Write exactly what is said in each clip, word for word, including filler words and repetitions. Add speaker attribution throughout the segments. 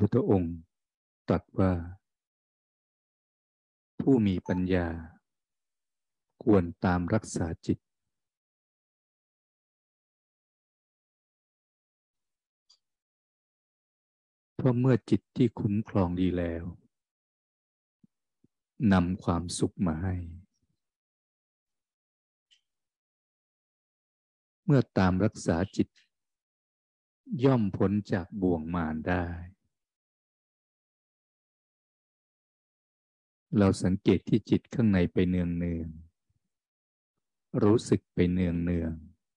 Speaker 1: พุทธองค์ตรัสว่าผู้มีปัญญาควรตามรักษาจิตเพราะเมื่อจิตที่คุ้มครองดีแล้วนำความสุขมาให้เมื่อตามรักษาจิตย่อมพ้นจากบ่วงมารได้เราสังเกตที่จิตข้างในไปเนืองเนืองรู้สึกไปเนืองเนือง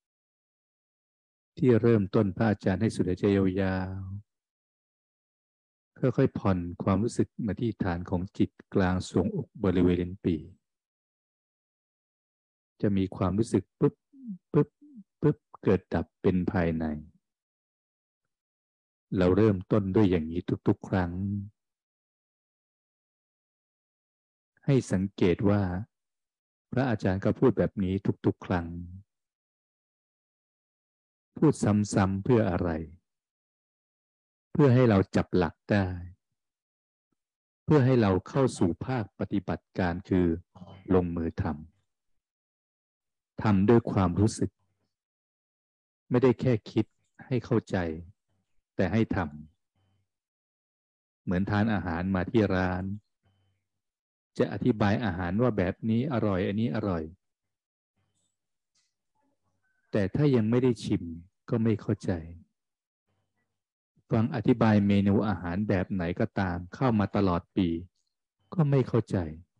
Speaker 1: ที่เริ่มต้นพระอาจารย์ให้สุดหายใจยาวๆค่อยๆผ่อนความรู้สึกมาที่ฐานของจิตกลางทรวงอกบริเวณลิ้นปี่จะมีความรู้สึกปุ๊บปุ๊บปุ๊บเกิดดับเป็นภายในเราเริ่มต้นด้วยอย่างนี้ทุกๆครั้งให้สังเกตว่าพระอาจารย์ก็พูดแบบนี้ทุกๆครั้งพูดซ้ำๆเพื่ออะไรเพื่อให้เราจับหลักได้เพื่อให้เราเข้าสู่ภาคปฏิบัติการคือลงมือทำทำด้วยความรู้สึกไม่ได้แค่คิดให้เข้าใจแต่ให้ทำเหมือนทานอาหารมาที่ร้านจะอธิบายอาหารว่าแบบนี้อร่อยอันนี้อร่อยแต่ถ้ายังไม่ได้ชิมก็ไม่เข้าใจฟังอธิบายเมนูอาหารแบบไหนก็ตามเข้ามาตลอดปีก็ไม่เข้าใจ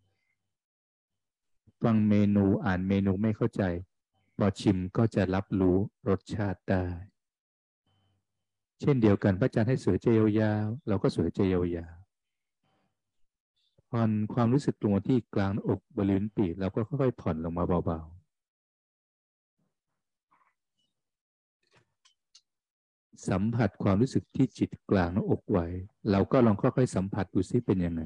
Speaker 1: ฟังเมนูอ่านเมนูไม่เข้าใจพอชิมก็จะรับรู้รสชาติได้เช่นเดียวกันพระอาจารย์ให้สวยใจยาวๆเราก็สวยใจยาวๆผ่อนความรู้สึกตรงที่กลางอกบริเวณปีกเราก็ค่อยๆผ่อนลงมาเบาๆสัมผัสความรู้สึกที่จิตกลางหน้าอกไว้เราก็ลองค่อยๆสัมผัสดูซิเป็นยังไง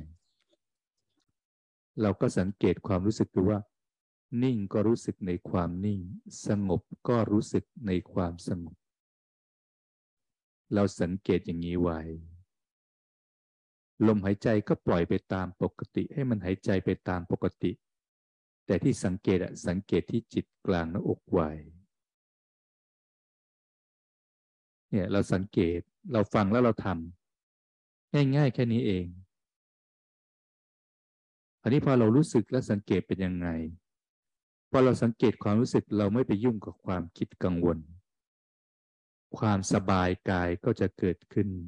Speaker 1: เราก็สังเกตความรู้สึกดูว่านิ่งก็รู้สึกในความนิ่งสงบก็รู้สึกในความสงบเราสังเกตอย่างนี้ไว้ลมหายใจก็ปล่อยไปตามปกติให้มันหายใจไปตามปกติแต่ที่สังเกตอะสังเกตที่จิตกลางหน้าอกไว้เนี่ยเราสังเกตเราฟังแล้วเราทำง่ายๆแค่นี้เองอันนี้พอเรารู้สึกและสังเกตเป็นยังไงพอเราสังเกตความรู้สึกเราไม่ไปยุ่งกับความคิดกังวลความสบายกายก็จะเกิดขึ้น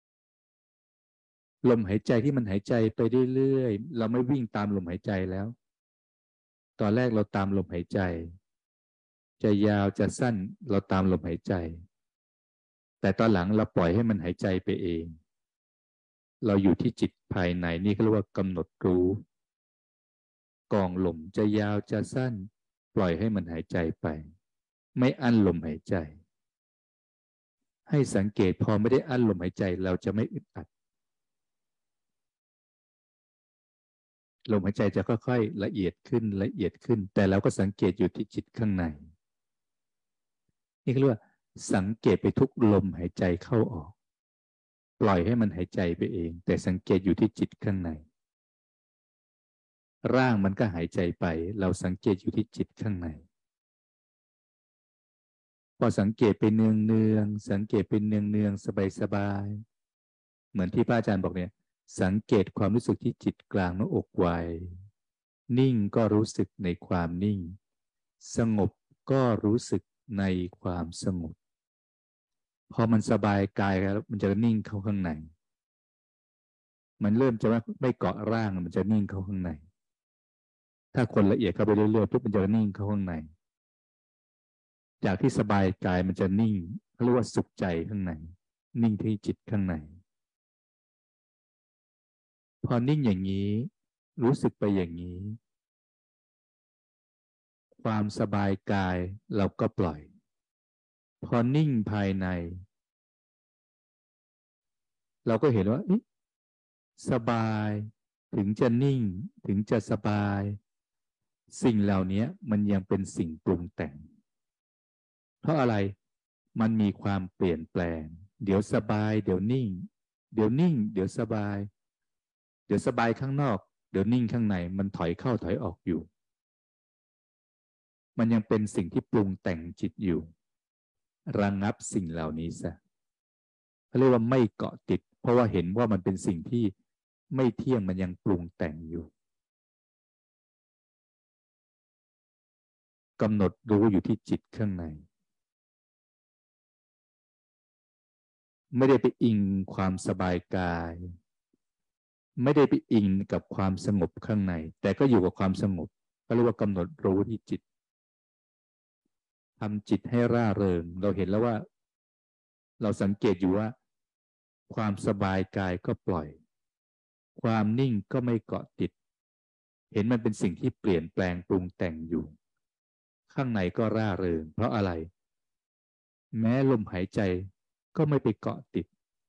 Speaker 1: ลมหายใจที่มันหายใจไปเรื่อยๆเราไม่วิ่งตามลมหายใจแล้วตอนแรกเราตามลมหายใจจะยาวจะสั้นเราตามลมหายใจแต่ตอนหลังเราปล่อยให้มันหายใจไปเองเราอยู่ที่จิตภายในนี่เขาเรียกว่ากำหนดรู้กองลมจะยาวจะสั้นปล่อยให้มันหายใจไปไม่อั้นลมหายใจให้สังเกตพอไม่ได้อั้นลมหายใจเราจะไม่อึดอัดลมหายใจจะค่อยๆละเอียดขึ้นละเอียดขึ้นแต่เราก็สังเกตอยู่ที่จิตข้างในนี่เขาเรียกว่าสังเกตไปทุกลมหายใจเข้าออกปล่อยให้มันหายใจไปเองแต่สังเกตอยู่ที่จิตข้างในร่างมันก็หายใจไปเราสังเกตอยู่ที่จิตข้างในพอสังเกตไปเนืองเนืองสังเกตเป็นเนืองเนืองสบายสบายเหมือนที่พระอาจารย์บอกเนี่ยสังเกตความรู้สึกที่จิตกลางหน้าอกไว้นิ่งก็รู้สึกในความนิ่งสงบก็รู้สึกในความสงบพอมันสบายกายแล้วมันจะนิ่งเข้าข้างในมันเริ่มจะไม่เกาะร่างมันจะนิ่งเข้าข้างในถ้าคนละเอียดเข้าไปเรื่อยๆปุ๊บมันจะนิ่งเข้าข้างในจากที่สบายกายมันจะนิ่งเขาเรียกว่าสุขใจข้างในนิ่งที่จิตข้างในพอนิ่งอย่างนี้รู้สึกไปอย่างนี้ความสบายกายเราก็ปล่อยพอนิ่งภายในเราก็เห็นว่าสบายถึงจะนิ่งถึงจะสบายสิ่งเหล่านี้มันยังเป็นสิ่งปรุงแต่งเพราะอะไรมันมีความเปลี่ยนแปลงเดี๋ยวสบายเดี๋ยวนิ่งเดี๋ยวนิ่งเดี๋ยวสบายเดี๋ยวสบายข้างนอกเดี๋ยวนิ่งข้างในมันถอยเข้าถอยออกอยู่มันยังเป็นสิ่งที่ปรุงแต่งจิตอยู่ระงับสิ่งเหล่านี้ซะเขาเรียกว่าไม่เกาะติดเพราะว่าเห็นว่ามันเป็นสิ่งที่ไม่เที่ยงมันยังปรุงแต่งอยู่กำหนดรู้อยู่ที่จิตข้างในไม่ได้ไปอิงความสบายกายไม่ได้ไปอิงกับความสงบข้างในแต่ก็อยู่กับความสงบก็เรียกว่ากำหนดรู้ที่จิตทำจิตให้ร่าเริงเราเห็นแล้วว่าเราสังเกตอยู่ว่าความสบายกายก็ปล่อยความนิ่งก็ไม่เกาะติดเห็นมันเป็นสิ่งที่เปลี่ยนแปลงปรุงแต่งอยู่ข้างในก็ร่าเริงเพราะอะไรแม้ลมหายใจก็ไม่ไปเกาะติด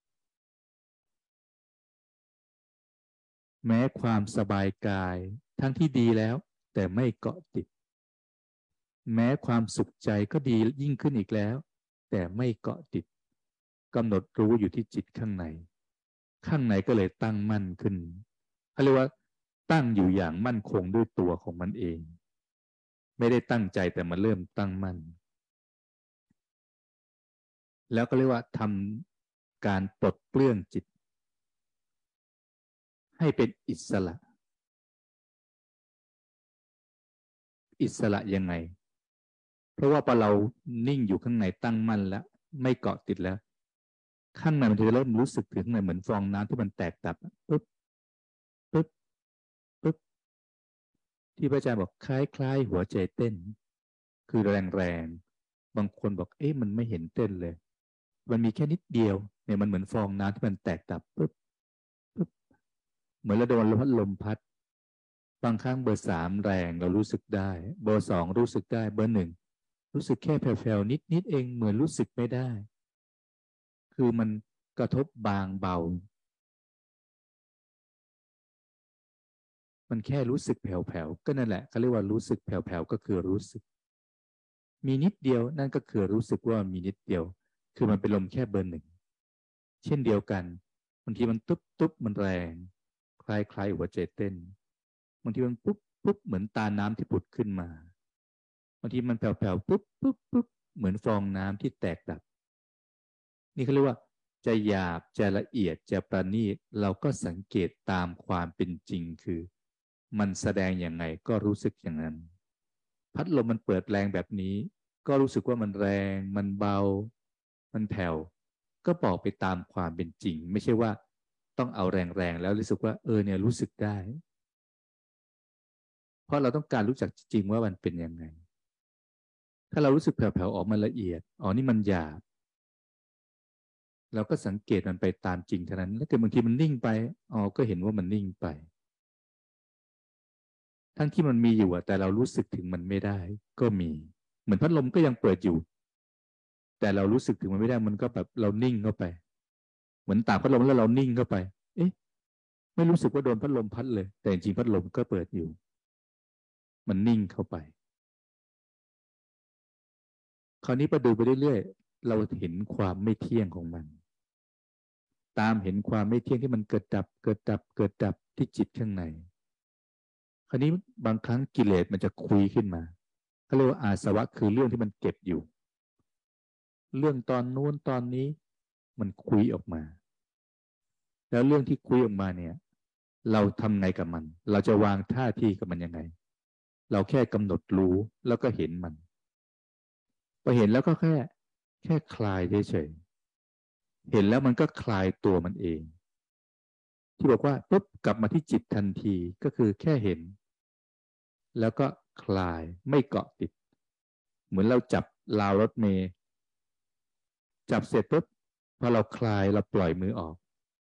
Speaker 1: แม้ความสบายกายทั้งที่ดีแล้วแต่ไม่เกาะติดแม้ความสุขใจก็ดียิ่งขึ้นอีกแล้วแต่ไม่เกาะติดกำหนดรู้อยู่ที่จิตข้างในข้างในก็เลยตั้งมั่นขึ้นเขาเรียกว่าตั้งอยู่อย่างมั่นคงด้วยตัวของมันเองไม่ได้ตั้งใจแต่มันเริ่มตั้งมั่นแล้วก็เรียกว่าทำการปลดเปลื้องจิตให้เป็นอิสระอิสระยังไงเพราะว่าพอเรานิ่งอยู่ข้างในตั้งมั่นแล้วไม่เกาะติดแล้วข้างในมันจะเริ่มรู้สึกถึงเหมือนฟองน้ำที่มันแตกดับปึ๊บปึ๊บปึ๊บที่พระอาจารย์บอกคล้ายๆหัวใจเต้นคือแรงๆบางคนบอกเอ๊ะมันไม่เห็นเต้นเลยมันมีแค่นิดเดียวเนี่ยมันเหมือนฟองน้ำที่มันแตกดับปึ๊บปึ๊บเหมือนเราโดนลมพัดลมพัดบางครั้งเบอร์สามแรงเรารู้สึกได้เบอร์สองรู้สึกได้เบอร์หนึ่งรู้สึกแค่แผ่วๆนิดๆเองเหมือนรู้สึกไม่ได้คือมันกระทบบางเบามันแค่รู้สึกแผ่วๆก็นั่นแหละเขาเรียกว่ารู้สึกแผ่วๆก็คือรู้สึกมีนิดเดียวนั่นก็คือรู้สึกว่ามีนิดเดียวคือมันเป็นลมแค่เบอร์หนึ่งเช่นเดียวกันบางทีมันตุ๊บตุ๊บมันแรงคล้ายคล้ายหัวใจเต้นบางทีมันปุ๊บปุ๊บเหมือนตาน้ำที่ผุดขึ้นมาบางทีมันแผ่วๆปุ๊บปุ๊บปุ๊บเหมือนฟองน้ำที่แตกดับนี่เขาเรียกว่าจะหยาบจะละเอียดจะประณีตเราก็สังเกตตามความเป็นจริงคือมันแสดงอย่างไงก็รู้สึกอย่างนั้นพัดลมมันเปิดแรงแบบนี้ก็รู้สึกว่ามันแรงมันเบามันแผ่วก็บอกไปตามความเป็นจริงไม่ใช่ว่าต้องเอาแรงๆแล้วรู้สึกว่าเออเนี่ยรู้สึกได้เพราะเราต้องการรู้จักจริงว่ามันเป็นยังไงถ้าเรารู้สึกแผ่วๆออกมาละเอียดอ๋อนี่มันหยาบเราก็สังเกตมันไปตามจริงเท่านั้นแล้วแต่บางทีมันนิ่งไปอ๋อก็เห็นว่ามันนิ่งไปทั้งที่มันมีอยู่แต่เรารู้สึกถึงมันไม่ได้ก็มีเหมือนพัดลมก็ยังเปิดอยู่แต่เรารู้สึกถึงมันไม่ได้มันก็แบบเรานิ่งเข้าไปเหมือนตากพัดลมแล้วเรานิ่งเข้าไปเอ๊ะไม่รู้สึกว่าโดนพัดลมพัดเลยแต่จริงๆพัดลมก็เปิดอยู่มันนิ่งเข้าไปคราวนี้ไปดูไปเรื่อยๆเราเห็นความไม่เที่ยงของมันตามเห็นความไม่เที่ยงที่มันเกิดดับเกิดดับเกิดดับที่จิตข้างในคราวนี้บางครั้งกิเลสมันจะคุยขึ้นมาเขาเรียกว่าอาสวะคือเรื่องที่มันเก็บอยู่เรื่องตอนนู้นตอนนี้มันคุยออกมาแล้วเรื่องที่คุยออกมาเนี่ยเราทำไงกับมันเราจะวางท่าทีกับมันยังไงเราแค่กำหนดรู้แล้วก็เห็นมันพอเห็นแล้วก็แค่แค่คลายเฉยๆเห็นแล้วมันก็คลายตัวมันเองที่บอกว่าปุ๊บกลับมาที่จิตทันทีก็คือแค่เห็นแล้วก็คลายไม่เกาะติดเหมือนเราจับราวรถเมล์จับเสร็จปุ๊บพอเราคลายเราปล่อยมือออก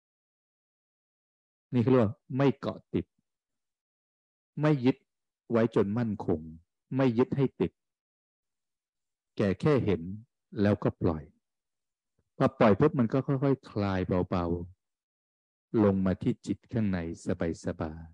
Speaker 1: นี่เขาเรียกว่าไม่เกาะติดไม่ยึดไว้จนมั่นคงไม่ยึดให้ติดแก่แค่เห็นแล้วก็ปล่อยพอปล่อยปุ๊บมันก็ค่อยๆ ค, คลายเบาๆลงมาที่จิตข้างในสบาย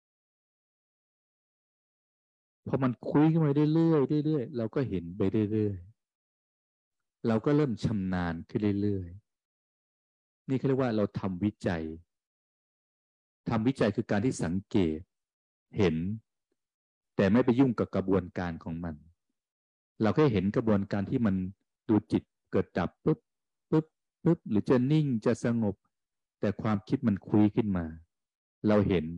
Speaker 1: ๆพอมันคุยขึ้นไปเรื่อยๆเรื่อยๆเราก็เห็นไปเรื่อยๆเราก็เริ่มชำนาญขึ้นเรื่อยนี่เขาเรียกว่าเราทำวิจัยทำวิจัยคือการที่สังเกตเห็นแต่ไม่ไปยุ่งกับกระบวนการของมันเราแค่เห็นกระบวนการที่มันดูจิตเกิดดับปุ๊บปุ๊บปุ๊บหรือจะนิ่งจะสงบแต่ความคิดมันคุยขึ้นมาเราเห็น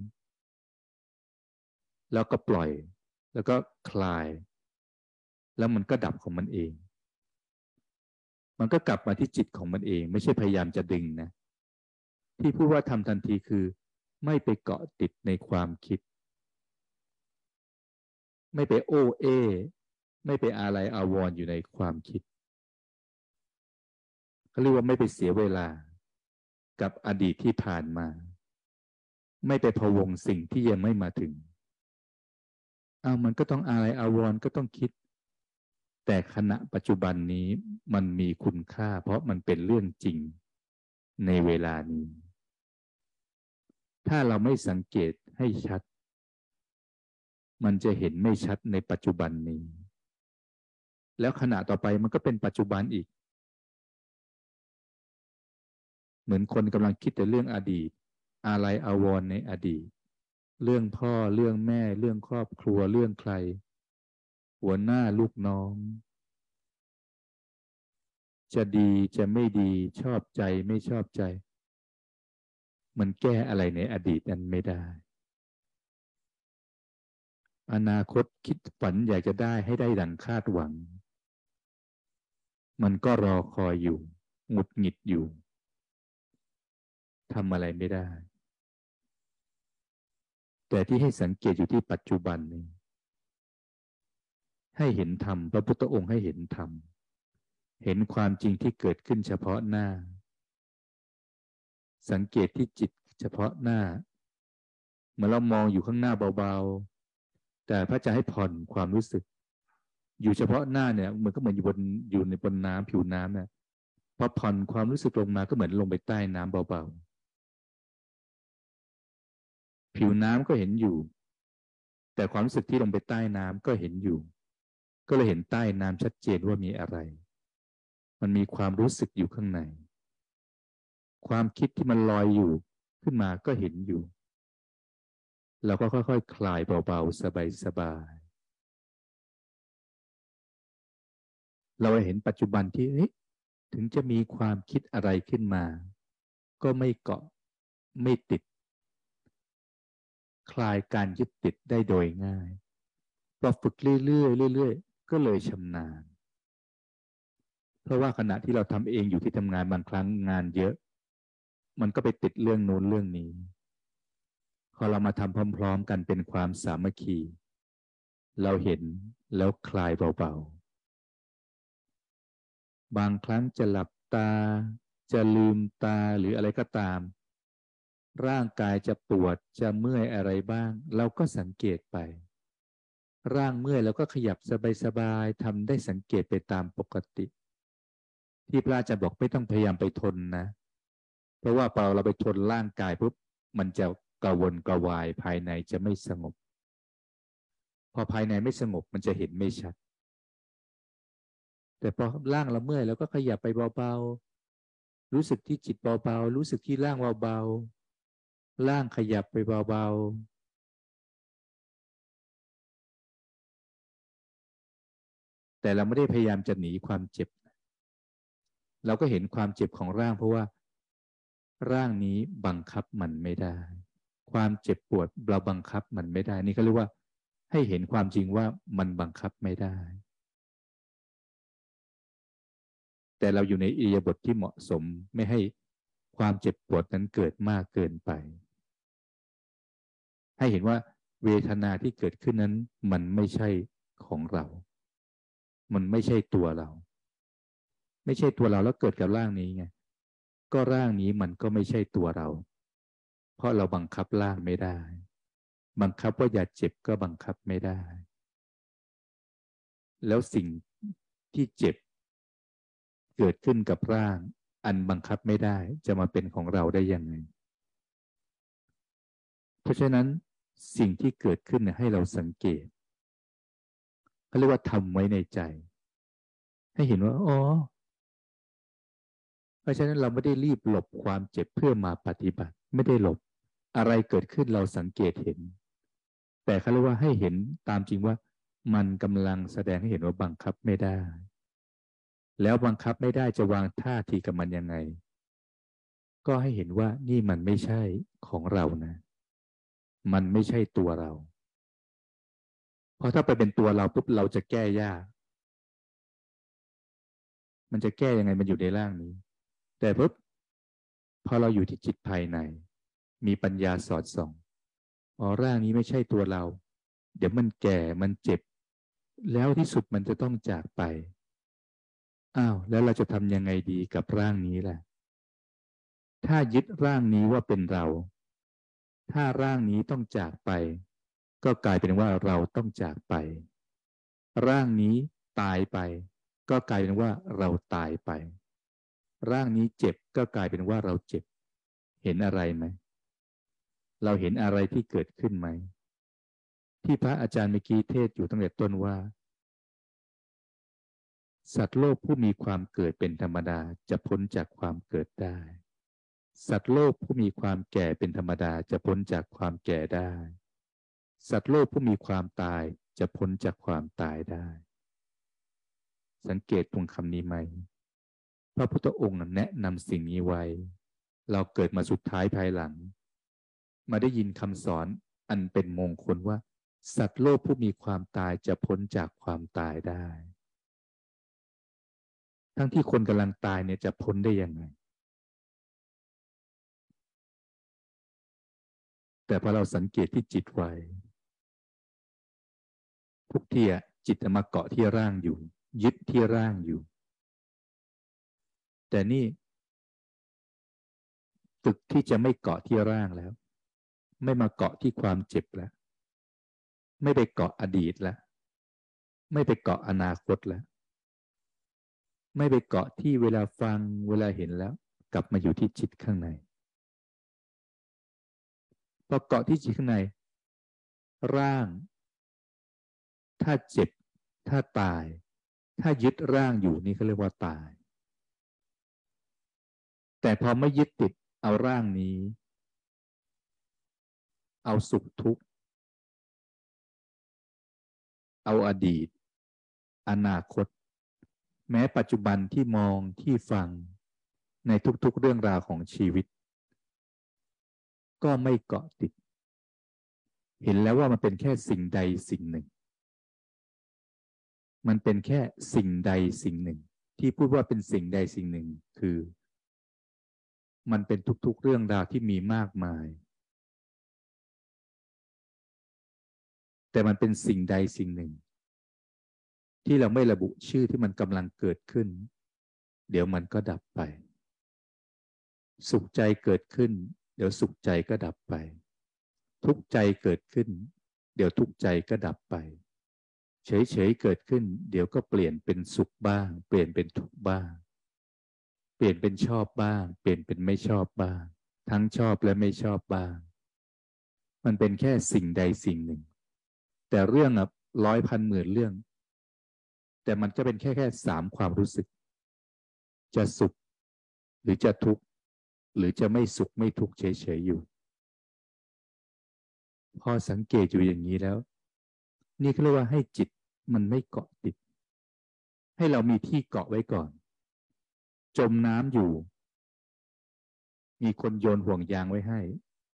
Speaker 1: แล้วก็ปล่อยแล้วก็คลายแล้วมันก็ดับของมันเองมันก็กลับมาที่จิตของมันเองไม่ใช่พยายามจะดึงนะที่พูดว่าทำทันทีคือไม่ไปเกาะติดในความคิดไม่ไปโอ้เอไม่ไปอะไรอาวรณ์อยู่ในความคิดเขาเรียกว่าไม่ไปเสียเวลากับอดีตที่ผ่านมาไม่ไปพะวงสิ่งที่ยังไม่มาถึงเอามันก็ต้องอะไรอาวรณ์ก็ต้องคิดแต่ขณะปัจจุบันนี้มันมีคุณค่าเพราะมันเป็นเรื่องจริงในเวลานี้ถ้าเราไม่สังเกตให้ชัดมันจะเห็นไม่ชัดในปัจจุบันนี้แล้วขณะต่อไปมันก็เป็นปัจจุบันอีกเหมือนคนกำลังคิดแต่เรื่องอดีตอะไรอาวรณ์ในอดีตเรื่องพ่อเรื่องแม่เรื่องครอบครัวเรื่องใครหัวหน้าลูกน้องจะดีจะไม่ดีชอบใจไม่ชอบใจมันแก้อะไรในอดีตนั้นไม่ได้อนาคตคิดฝันอยากจะได้ให้ได้ดังคาดหวังมันก็รอคอยอยู่หงุดหงิดอยู่ทำอะไรไม่ได้แต่ที่ให้สังเกตอยู่ที่ปัจจุบันนี้ให้เห็นธรรมพระพุทธองค์ให้เห็นธรรมเห็นความจริงที่เกิดขึ้นเฉพาะหน้าสังเกตที่จิตเฉพาะหน้าเมื่อเรามองอยู่ข้างหน้าเบาๆแต่พระจะให้ผ่อนความรู้สึกอยู่เฉพาะหน้าเนี่ยเหมือนก็เหมือนอยู่บนอยู่ในบนน้ำผิวน้ำเนี่ยพอผ่อนความรู้สึกลงมาก็เหมือนลงไปใต้น้ำเบาๆผิวน้ำก็เห็นอยู่แต่ความรู้สึกที่ลงไปใต้น้ำก็เห็นอยู่ก็เลยเห็นใต้น้ำชัดเจนว่ามีอะไรมันมีความรู้สึกอยู่ข้างในความคิดที่มันลอยอยู่ขึ้นมาก็เห็นอยู่เราก็ค่อยๆ ค, คลายเบาๆสบายๆเราเห็นปัจจุบันที่ถึงจะมีความคิดอะไรขึ้นมาก็ไม่เกาะไม่ติดคลายการยึดติดได้โดยง่ายพอฝึกเรื่อยๆเรื่อยๆก็เลยชำนาญเพราะว่าขณะที่เราทำเองอยู่ที่ทำงานบางครั้งงานเยอะมันก็ไปติดเรื่องโน้นเรื่องนี้พอเรามาทำพร้อมๆกันเป็นความสามัคคีเราเห็นแล้วคลายเบาๆบางครั้งจะหลับตาจะลืมตาหรืออะไรก็ตามร่างกายจะปวดจะเมื่อยอะไรบ้างเราก็สังเกตไปร่างเมื่อยแล้วก็ขยับสบายๆทำได้สังเกตไปตามปกติที่พระอาจารย์บอกไม่ต้องพยายามไปทนนะเพราะว่าพอเราไปทนร่างกายปุ๊บมันจะกระวนกระวายภายในจะไม่สงบพอภายในไม่สงบมันจะเห็นไม่ชัดแต่พอร่างเราเมื่อยแล้วก็ขยับไปเบาๆรู้สึกที่จิตเบาๆรู้สึกที่ร่างเบาๆร่างขยับไปเบาๆแต่เราไม่ได้พยายามจะหนีความเจ็บเราก็เห็นความเจ็บของร่างเพราะว่าร่างนี้บังคับมันไม่ได้ความเจ็บปวดเราบังคับมันไม่ได้นี่เขาเรียกว่าให้เห็นความจริงว่ามันบังคับไม่ได้แต่เราอยู่ในอิริยาบถที่เหมาะสมไม่ให้ความเจ็บปวดนั้นเกิดมากเกินไปให้เห็นว่าเวทนาที่เกิดขึ้นนั้นมันไม่ใช่ของเรามันไม่ใช่ตัวเราไม่ใช่ตัวเราแล้วเกิดกับร่างนี้ไงก็ร่างนี้มันก็ไม่ใช่ตัวเราเพราะเราบังคับร่างไม่ได้บังคับว่าอย่าเจ็บก็บังคับไม่ได้แล้วสิ่งที่เจ็บเกิดขึ้นกับร่างอันบังคับไม่ได้จะมาเป็นของเราได้ยังไงเพราะฉะนั้นสิ่งที่เกิดขึ้นให้เราสังเกตเขาเรียกว่าทำไว้ในใจให้เห็นว่าอ๋อราะฉะนั้นเราไม่ได้รีบหลบความเจ็บเพื่อมาปฏิบัติไม่ได้หลบอะไรเกิดขึ้นเราสังเกตเห็นแต่เขาเรียกว่าให้เห็นตามจริงว่ามันกำลังแสดงให้เห็นว่าบังคับไม่ได้แล้วบังคับไม่ได้จะวางท่าทีกับมันยังไงก็ให้เห็นว่านี่มันไม่ใช่ของเรานะมันไม่ใช่ตัวเราเพราะถ้าไปเป็นตัวเราปุ๊บเราจะแก้ยากมันจะแก้ยังไงมันอยู่ในร่างนี้แต่ปุ๊บพอเราอยู่ที่จิตภายในมีปัญญาสอดส่องอ๋อร่างนี้ไม่ใช่ตัวเราเดี๋ยวมันแก่มันเจ็บแล้วที่สุดมันจะต้องจากไปอ้าวแล้วเราจะทำยังไงดีกับร่างนี้ล่ะถ้ายึดร่างนี้ว่าเป็นเราถ้าร่างนี้ต้องจากไปก็กลายเป็นว่าเราต้องจากไปร่างนี้ตายไปก็กลายเป็นว่าเราตายไปร่างนี้เจ็บก็กลายเป็นว่าเราเจ็บเห็นอะไรไหมเราเห็นอะไรที่เกิดขึ้นไหมที่พระอาจารย์เมื่อกี้เทศอยู่ตั้งแต่ต้นว่าสัตว์โลกผู้มีความเกิดเป็นธรรมดาจะพ้นจากความเกิดได้สัตว์โลกผู้มีความแก่เป็นธรรมดาจะพ้นจากความแก่ได้สัตว์โลกผู้มีความตายจะพ้นจากความตายได้สังเกตตรงคำนี้ไหมพระพุทธองค์แนะนำสิ่งนี้ไว้เราเกิดมาสุดท้ายภายหลังมาได้ยินคำสอนอันเป็นมงคลว่าสัตว์โลกผู้มีความตายจะพ้นจากความตายได้ทั้งที่คนกำลังตายเนี่ยจะพ้นได้ยังไงแต่พอเราสังเกตที่จิตไว้ทุกทีจิตมาเกาะที่ร่างอยู่ยึดที่ร่างอยู่แต่นี่ฝึกที่จะไม่เกาะที่ร่างแล้วไม่มาเกาะที่ความเจ็บแล้วไม่ไปเกาะอดีตแล้วไม่ไปเกาะอนาคตแล้วไม่ไปเกาะที่เวลาฟังเวลาเห็นแล้วกลับมาอยู่ที่จิตข้างในพอเกาะที่จิตข้างในร่างถ้าเจ็บถ้าตายถ้ายึดร่างอยู่นี่เขาเรียกว่าตายแต่พอไม่ยึดติดเอาร่างนี้เอาสุขทุกข์เอาอดีตอนาคตแม้ปัจจุบันที่มองที่ฟังในทุกๆเรื่องราวของชีวิตก็ไม่เกาะติดเห็นแล้วว่ามันเป็นแค่สิ่งใดสิ่งหนึ่งมันเป็นแค่สิ่งใดสิ่งหนึ่งที่พูดว่าเป็นสิ่งใดสิ่งหนึ่งคือมันเป็นทุกๆเรื่องราวที่มีมากมายแต่มันเป็นสิ่งใดสิ่งหนึ่งที่เราไม่ระบุชื่อที่มันกำลังเกิดขึ้นเดี๋ยวมันก็ดับไปสุขใจเกิดขึ้นเดี๋ยวสุขใจก็ดับไปทุกข์ใจเกิดขึ้นเดี๋ยวทุกข์ใจก็ดับไปเฉยๆเกิดขึ้นเดี๋ยวก็เปลี่ยนเป็นสุขบ้างเปลี่ยนเป็นทุกข์บ้างเปลี่ยนเป็นชอบบ้างเปลี่ยนเป็นไม่ชอบบ้างทั้งชอบและไม่ชอบบ้างมันเป็นแค่สิ่งใดสิ่งหนึ่งแต่เรื่องอ่ะร้อยพันหมื่นเรื่องแต่มันก็เป็นแค่แค่สามความรู้สึกจะสุขหรือจะทุกข์หรือจะไม่สุขไม่ทุกข์เฉยๆอยู่พอสังเกตอยู่อย่างนี้แล้วนี่เขาเรียกว่าให้จิตมันไม่เกาะติดให้เรามีที่เกาะไว้ก่อนจมน้ำอยู่มีคนโยนห่วงยางไว้ให้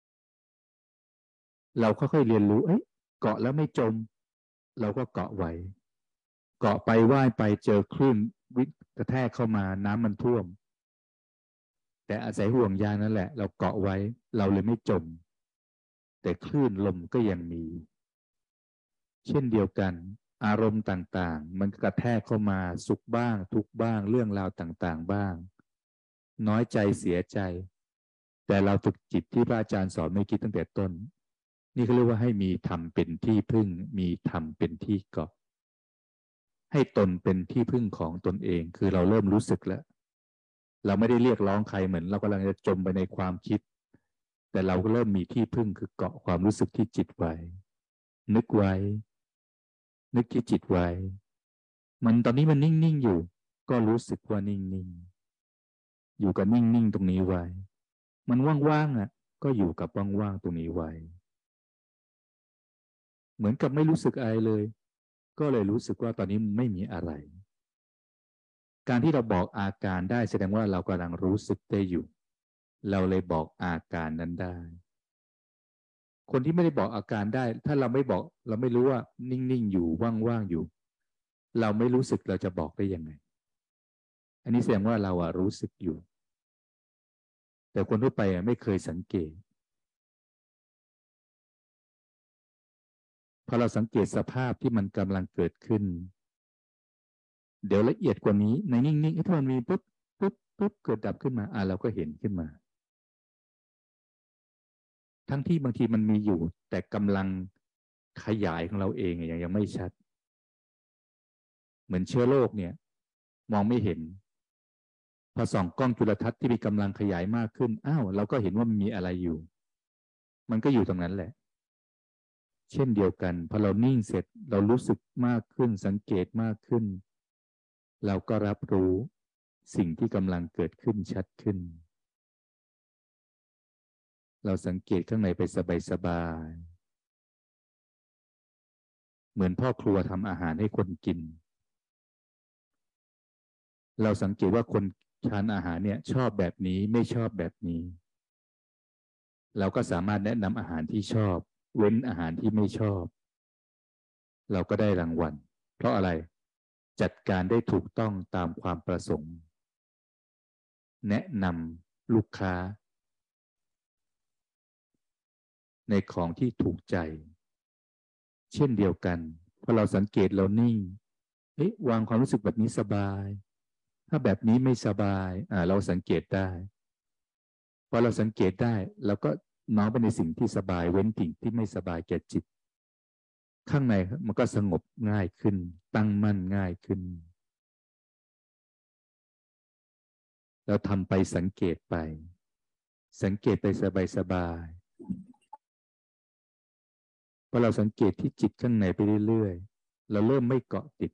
Speaker 1: เราค่อยๆเรียนรู้เอ้ยเกาะแล้วไม่จมเราก็เกาะไว้เกาะไปว่ายไปเจอคลื่นวิกระแทกเข้ามาน้ำมันท่วมแต่อาศัยห่วงยางนั่นแหละเราเกาะไว้เราเลยไม่จมแต่คลื่นลมก็ยังมีเช่นเดียวกันอารมณ์ต่างๆมันกระแทกเข้ามาสุขบ้างทุกข์บ้างเรื่องราวต่างๆบ้างน้อยใจเสียใจแต่เราฝึกจิตที่พระอาจารย์สอนเมื่อกี้ตั้งแต่ต้นนี่เขาเรียกว่าให้มีธรรมเป็นที่พึ่งมีธรรมเป็นที่เกาะให้ตนเป็นที่พึ่งของตนเองคือเราเริ่มรู้สึกแล้วเราไม่ได้เรียกร้องใครเหมือนเรากำลังจะจมไปในความคิดแต่เราก็เริ่มมีที่พึ่งคือเกาะความรู้สึกที่จิตไว้นึกไว้นึกที่จิตไว้มันตอนนี้มันนิ่งๆอยู่ก็รู้สึกว่านิ่งอยู่กับนิ่งๆตรงนี้ไว้มันว่างๆอ่ะก็อยู่กับว่างๆตรงนี้ไว้เหมือนกับไม่รู้สึกอะไรเลยก็เลยรู้สึกว่าตอนนี้ไม่มีอะไรการที่เราบอกอาการได้แสดงว่าเรากำลังรู้สึกได้อยู่เราเลยบอกอาการนั้นได้คนที่ไม่ได้บอกอาการได้ถ้าเราไม่บอกเราไม่รู้ว่านิ่งๆอยู่ว่างๆอยู่เราไม่รู้สึกเราจะบอกได้ยังไงอันนี้แสดงว่าเราอะรู้สึกอยู่แต่คนทั่วไปไม่เคยสังเกตพอเราสังเกตสภาพที่มันกำลังเกิดขึ้นเดี๋ยวละเอียดกว่านี้ในนิ่งๆถ้ามันมีปุ๊บปุ๊บปุ๊บเกิดดับขึ้นมาอ่าเราก็เห็นขึ้นมาทั้งที่บางทีมันมีอยู่แต่กำลังขยายของเราเองยังยังไม่ชัดเหมือนเชื้อโรคเนี่ยมองไม่เห็นพอส่องกล้องจุลทรรศน์ที่มีกำลังขยายมากขึ้นอ้าวเราก็เห็นว่ามันมีอะไรอยู่มันก็อยู่ตรงนั้นแหละเช่นเดียวกันพอเรานิ่งเสร็จเรารู้สึกมากขึ้นสังเกตมากขึ้นเราก็รับรู้สิ่งที่กำลังเกิดขึ้นชัดขึ้นเราสังเกตข้างในไปสบายๆเหมือนพ่อครัวทำอาหารให้คนกินเราสังเกตว่าคนทานอาหารเนี่ยชอบแบบนี้ไม่ชอบแบบนี้เราก็สามารถแนะนำอาหารที่ชอบเว้นอาหารที่ไม่ชอบเราก็ได้รางวัลเพราะอะไรจัดการได้ถูกต้องตามความประสงค์แนะนำลูกค้าในของที่ถูกใจเช่นเดียวกันพอเราสังเกตเรานิ่งเอ๊ะวางความรู้สึกแบบนี้สบายถ้าแบบนี้ไม่สบายอ่าเราสังเกตได้พอเราสังเกตได้เราก็น้อมไปในสิ่งที่สบายเว้นสิ่งที่ไม่สบายแก่จิตข้างในมันก็สงบง่ายขึ้นตั้งมั่นง่ายขึ้นเราทำไปสังเกตไปสังเกตไปสบายๆพอเราสังเกตที่จิตข้างในไปเรื่อยๆเราเริ่มไม่เกาะติด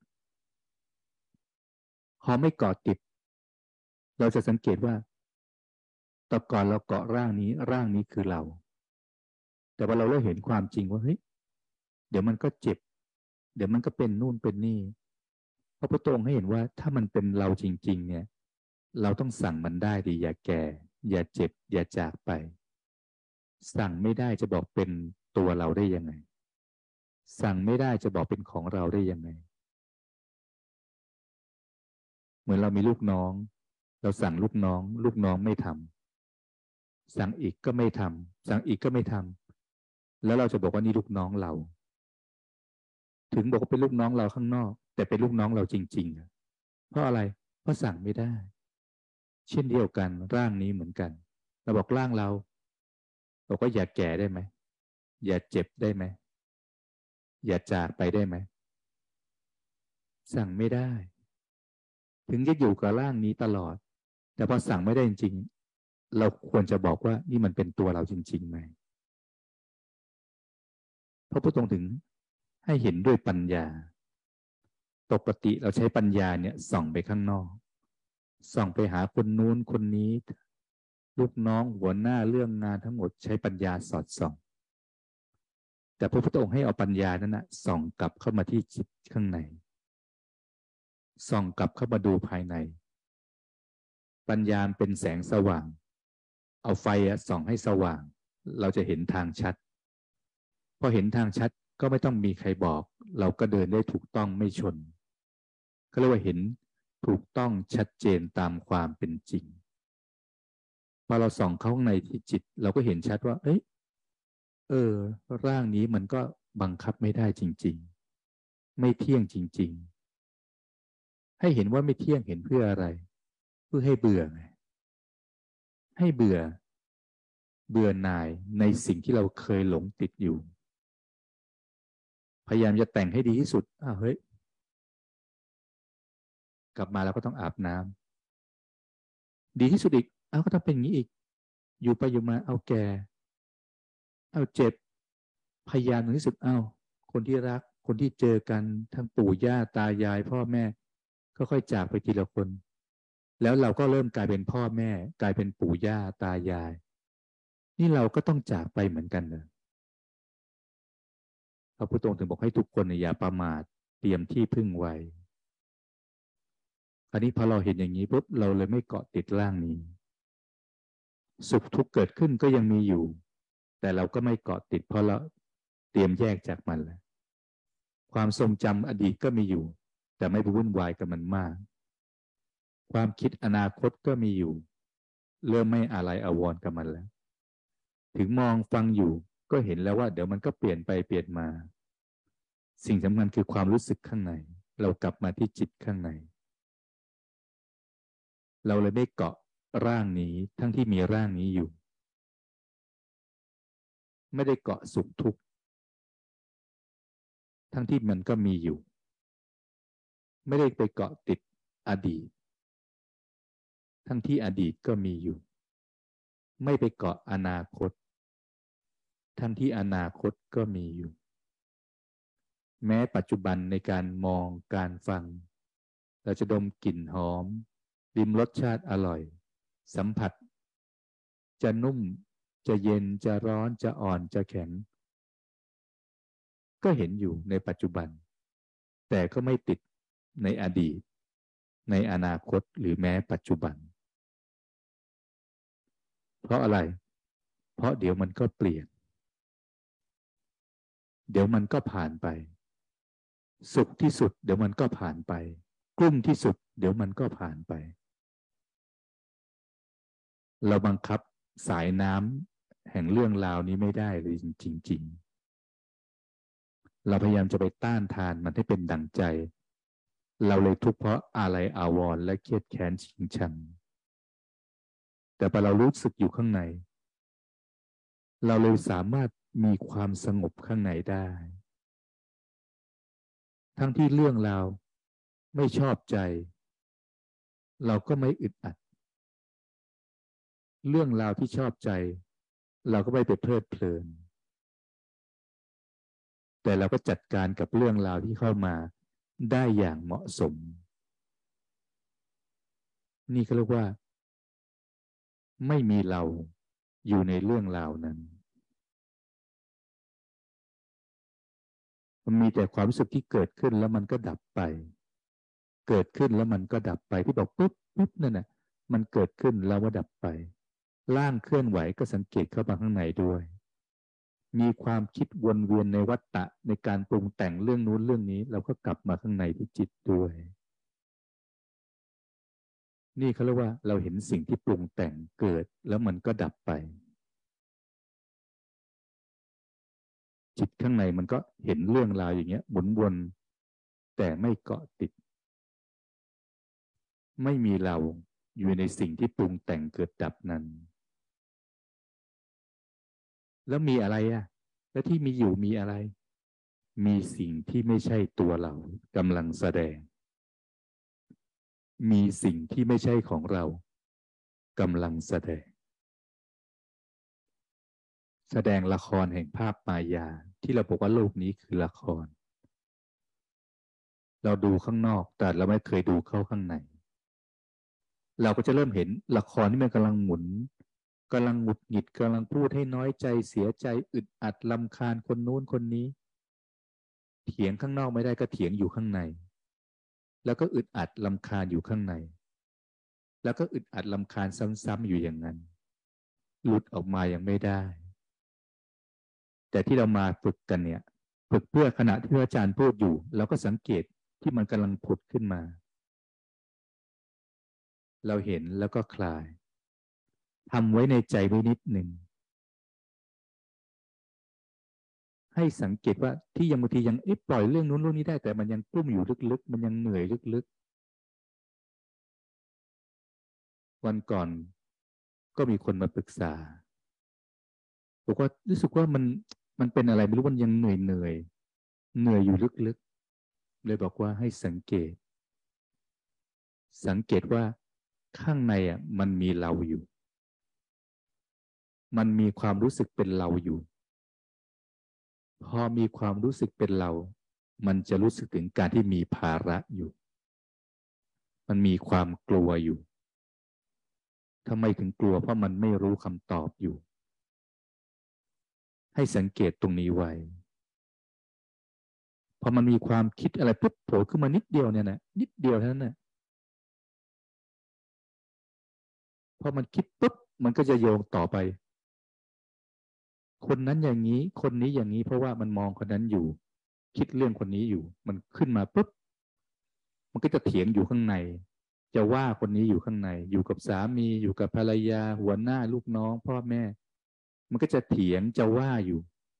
Speaker 1: พอไม่เกาะติดเราจะสังเกตว่าแต่ก่อนเราเกาะร่างนี้ร่างนี้คือเราแต่ว่าเราเริ่มเห็นความจริงว่าเฮ้ยเดี๋ยวมันก็เจ็บเดี๋ยวมันก็เป็นนู่นเป็นนี่พระพุทธองค์ให้เห็นว่าถ้ามันเป็นเราจริงๆเนี่ยเราต้องสั่งมันได้ดิอย่าแก่อย่าเจ็บอย่าจากไปสั่งไม่ได้จะบอกเป็นตัวเราได้ยังไงสั่งไม่ได้จะบอกเป็นของเราได้ยังไงเหมือนเรามีลูกน้องเราสั่งลูกน้องลูกน้องไม่ทำสั่งอีกก็ไม่ทำสั่งอีกก็ไม่ทำแล้วเราจะบอกว่านี่ลูกน้องเราถึงบอกว่าเป็นลูกน้องเราข้างนอกแต่เป็นลูกน้องเราจริงๆเพราะอะไรเพราะสั่งไม่ได้เช่นเดียวกันร่างนี้เหมือนกันเราบอกร่างเราบอกว่าอย่าแก่ได้ไหมอย่าเจ็บได้ไหมอย่าจากไปได้ไหมสั่งไม่ได้ถึงจะอยู่กับร่างนี้ตลอดแต่พอสั่งไม่ได้จริงๆเราควรจะบอกว่านี่มันเป็นตัวเราจริงๆไหมพระพุทธองค์ถึงให้เห็นด้วยปัญญาปกติเราใช้ปัญญาเนี่ยส่องไปข้างนอกส่องไปหาคนนู้นคนนี้ลูกน้องหัวหน้าเรื่องงานทั้งหมดใช้ปัญญาสอดส่องแต่พระพุทธองค์ให้เอาปัญญานั้นนะส่องกลับเข้ามาที่จิตข้างในส่องกลับเข้ามาดูภายในปัญญาเป็นแสงสว่างเอาไฟส่องให้สว่างเราจะเห็นทางชัดพอเห็นทางชัดก็ไม่ต้องมีใครบอกเราก็เดินได้ถูกต้องไม่ชนก็เรียกว่าเห็นถูกต้องชัดเจนตามความเป็นจริงพอเราส่องเข้าข้างในที่จิตเราก็เห็นชัดว่าเอ้ยเออร่างนี้มันก็บังคับไม่ได้จริงๆไม่เที่ยงจริงๆให้เห็นว่าไม่เที่ยงเห็นเพื่ออะไรเพื่อให้เบื่อไงให้เบื่อเบื่อหน่ายในสิ่งที่เราเคยหลงติดอยู่พยายามจะแต่งให้ดีที่สุดอ้าวเฮ้ยกลับมาแล้วก็ต้องอาบน้ำดีที่สุดอีกอ้าวก็ต้องเป็นอย่างนี้อีกอยู่ไปอยู่มาเอาแก่เอาเจ็บพยายามถึงที่สุดอ้าวคนที่รักคนที่เจอกันทั้งปู่ย่าตายายพ่อแม่ก็ค่อยจากไปทีละคนแล้วเราก็เริ่มกลายเป็นพ่อแม่กลายเป็นปู่ย่าตายายนี่เราก็ต้องจากไปเหมือนกันเลยพระพุทธองค์ถึงบอกให้ทุกคนอย่าประมาทเตรียมที่พึ่งไว้คราวนี้พอเราเห็นอย่างนี้ปุ๊บเราเลยไม่เกาะติดร่างนี้สุขทุกข์เกิดขึ้นก็ยังมีอยู่แต่เราก็ไม่เกาะติดเพราะเราเตรียมแยกจากมันแล้วความทรงจำอดีตก็มีอยู่แต่ไม่ไปวุ่นวายกับมันมากความคิดอนาคตก็มีอยู่เริ่มไม่อะไรอาวรณ์กับมันแล้วถึงมองฟังอยู่ก็เห็นแล้วว่าเดี๋ยวมันก็เปลี่ยนไปเปลี่ยนมาสิ่งสำคัญคือความรู้สึกข้างในเรากลับมาที่จิตข้างในเราเลยไม่เกาะร่างนี้ทั้งที่มีร่างนี้อยู่ไม่ได้เกาะสุขทุกข์ทั้งที่มันก็มีอยู่ไม่ได้ไปเกาะติดอดีตทั้งที่อดีตก็มีอยู่ไม่ไปเกาะอนาคตทั้งที่อนาคตก็มีอยู่แม้ปัจจุบันในการมองการฟังเราจะดมกลิ่นหอมลิ้มรสชาติอร่อยสัมผัสจะนุ่มจะเย็นจะร้อนจะอ่อนจะแข็งก็เห็นอยู่ในปัจจุบันแต่ก็ไม่ติดในอดีตในอนาคตหรือแม้ปัจจุบันเพราะอะไรเพราะเดี๋ยวมันก็เปลี่ยนเดี๋ยวมันก็ผ่านไปสุขที่สุดเดี๋ยวมันก็ผ่านไปกลุ้มที่สุดเดี๋ยวมันก็ผ่านไปเราบังคับสายน้ำแห่งเรื่องราวนี้ไม่ได้เลยจริงๆเราพยายามจะไปต้านทานมันให้เป็นดั่งใจเราเลยทุกข์เพราะอะไรอาวรณ์และเครียดแค้นชิงชังแต่พอเรารู้สึกอยู่ข้างในเราเลยสามารถมีความสงบข้างในได้ทั้งที่เรื่องราวไม่ชอบใจเราก็ไม่อึดอัดเรื่องราวที่ชอบใจเราก็ไม่ไปเพลิดเพลินแต่เราก็จัดการกับเรื่องราวที่เข้ามาได้อย่างเหมาะสมนี่เขาเรียกว่าไม่มีเราอยู่ในเรื่องราวนั้นมันมีแต่ความรู้สึกที่เกิดขึ้นแล้วมันก็ดับไปเกิดขึ้นแล้วมันก็ดับไปที่บอกปุ๊บปุ๊บนั่นน่ะมันเกิดขึ้นแล้วก็ดับไปร่างเคลื่อนไหวก็สังเกตเข้ามาข้างในด้วยมีความคิดวนเวียนในวัฏฏะในการปรุงแต่งเรื่องนู้นเรื่องนี้เราก็กลับมาข้างในที่จิตด้วยนี่เขาเรียกว่าเราเห็นสิ่งที่ปรุงแต่งเกิดแล้วมันก็ดับไปจิตข้างในมันก็เห็นเรื่องราวอย่างเงี้ยหมุนวนแต่ไม่เกาะติดไม่มีเราอยู่ในสิ่งที่ปรุงแต่งเกิดดับนั้นแล้วมีอะไรอ่ะแล้วที่มีอยู่มีอะไรมีสิ่งที่ไม่ใช่ตัวเรากำลังแสดงมีสิ่งที่ไม่ใช่ของเรากำลังแสดงแสดงละครแห่งภาพมายาที่เราบอกว่าโลกนี้คือละครเราดูข้างนอกแต่เราไม่เคยดูเข้าข้างในเราก็จะเริ่มเห็นละครที่มันกำลังหมุนกำลังหงุดหงิดกำลังพูดให้น้อยใจเสียใจอึดอัดรำคาญคนนู้นคนนี้เถียงข้างนอกไม่ได้ก็เถียงอยู่ข้างในแล้วก็อึดอัดรำคาญอยู่ข้างในแล้วก็อึดอัดรำคาญซ้ำๆอยู่อย่างนั้นหลุดออกมายังไม่ได้แต่ที่เรามาฝึกกันเนี่ยฝึกเพื่อขณะที่อาจารย์พูดอยู่เราก็สังเกตที่มันกำลังผุดขึ้นมาเราเห็นแล้วก็คลายทำไว้ในใจไว้นิดหนึ่งให้สังเกตว่าที่ยังบางทียังเอ๊ะปล่อยเรื่องนู้นเรื่องนี้ได้แต่มันยังกลุ้มอยู่ลึกๆมันยังเหนื่อยลึกๆวันก่อนก็มีคนมาปรึกษาบอกว่ารู้สึกว่ามันมันเป็นอะไรไม่รู้มันยังเหนื่อยเหนื่อยเหนื่อยอยู่ลึกๆเลยบอกว่าให้สังเกตสังเกตว่าข้างในอ่ะมันมีเราอยู่มันมีความรู้สึกเป็นเราอยู่พอมีความรู้สึกเป็นเรามันจะรู้สึกถึงการที่มีภาระอยู่มันมีความกลัวอยู่ทำไมถึงกลัวเพราะมันไม่รู้คำตอบอยู่ให้สังเกตตรงนี้ไว้พอมันมีความคิดอะไรปุ๊บโผล่ขึ้นมานิดเดียวเนี่ยนะนิดเดียวเท่านั้นนะพอมันคิดปุ๊บมันก็จะโยงต่อไปคนนั้นอย่างนี้คนนี้อย่างนี้เพราะว่ามันมองคนนั้นอยู่คิดเรื่องคนนี้อยู่มันขึ้นมาปุ๊บมันก็จะเถียงอยู่ข้างในจะว่าคนนี้อยู่ข้างในอยู่กับสามีอยู่กับภรรยาหัวหน้าลูกน้องพ่อแม่มันก็จะเถียงจะว่าอยู่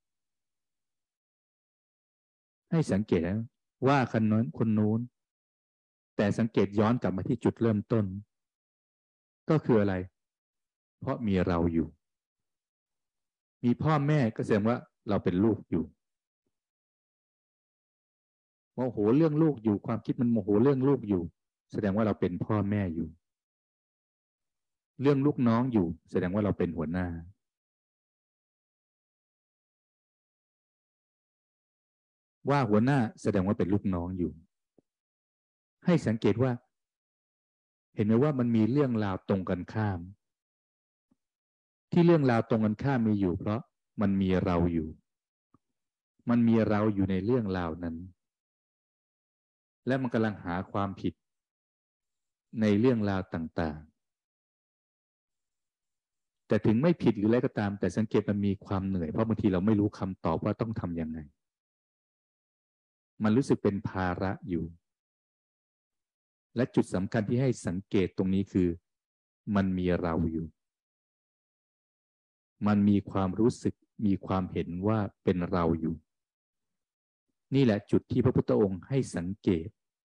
Speaker 1: ให้สังเกตนะว่าคนนั้นคนนู้นแต่สังเกตย้อนกลับมาที่จุดเริ่มต้นก็คืออะไรเพราะมีเราอยู่มีพ่อแม่ก็แสดงว่าเราเป็นลูกอยู่โมโหเรื่องลูกอยู่ความคิดมันโมโหเรื่องลูกอยู่แสดงว่าเราเป็นพ่อแม่อยู่เรื่องลูกน้องอยู่แสดงว่าเราเป็นหัวหน้าว่าหัวหน้าแสดงว่าเป็นลูกน้องอยู่ให้สังเกตว่าเห็นไหมว่ามันมีเรื่องราวตรงกันข้ามที่เรื่องราวตรงกันข้ามมีอยู่เพราะมันมีเราอยู่มันมีเราอยู่ในเรื่องราวนั้นและมันกำลังหาความผิดในเรื่องราวต่างๆแต่ถึงไม่ผิดหรืออะไรก็ตามแต่สังเกตมันมีความเหนื่อยเพราะบางทีเราไม่รู้คำตอบว่าต้องทำยังไงมันรู้สึกเป็นภาระอยู่และจุดสำคัญที่ให้สังเกตตรงนี้คือมันมีเราอยู่มันมีความรู้สึกมีความเห็นว่าเป็นเราอยู่นี่แหละจุดที่พระพุทธองค์ให้สังเกต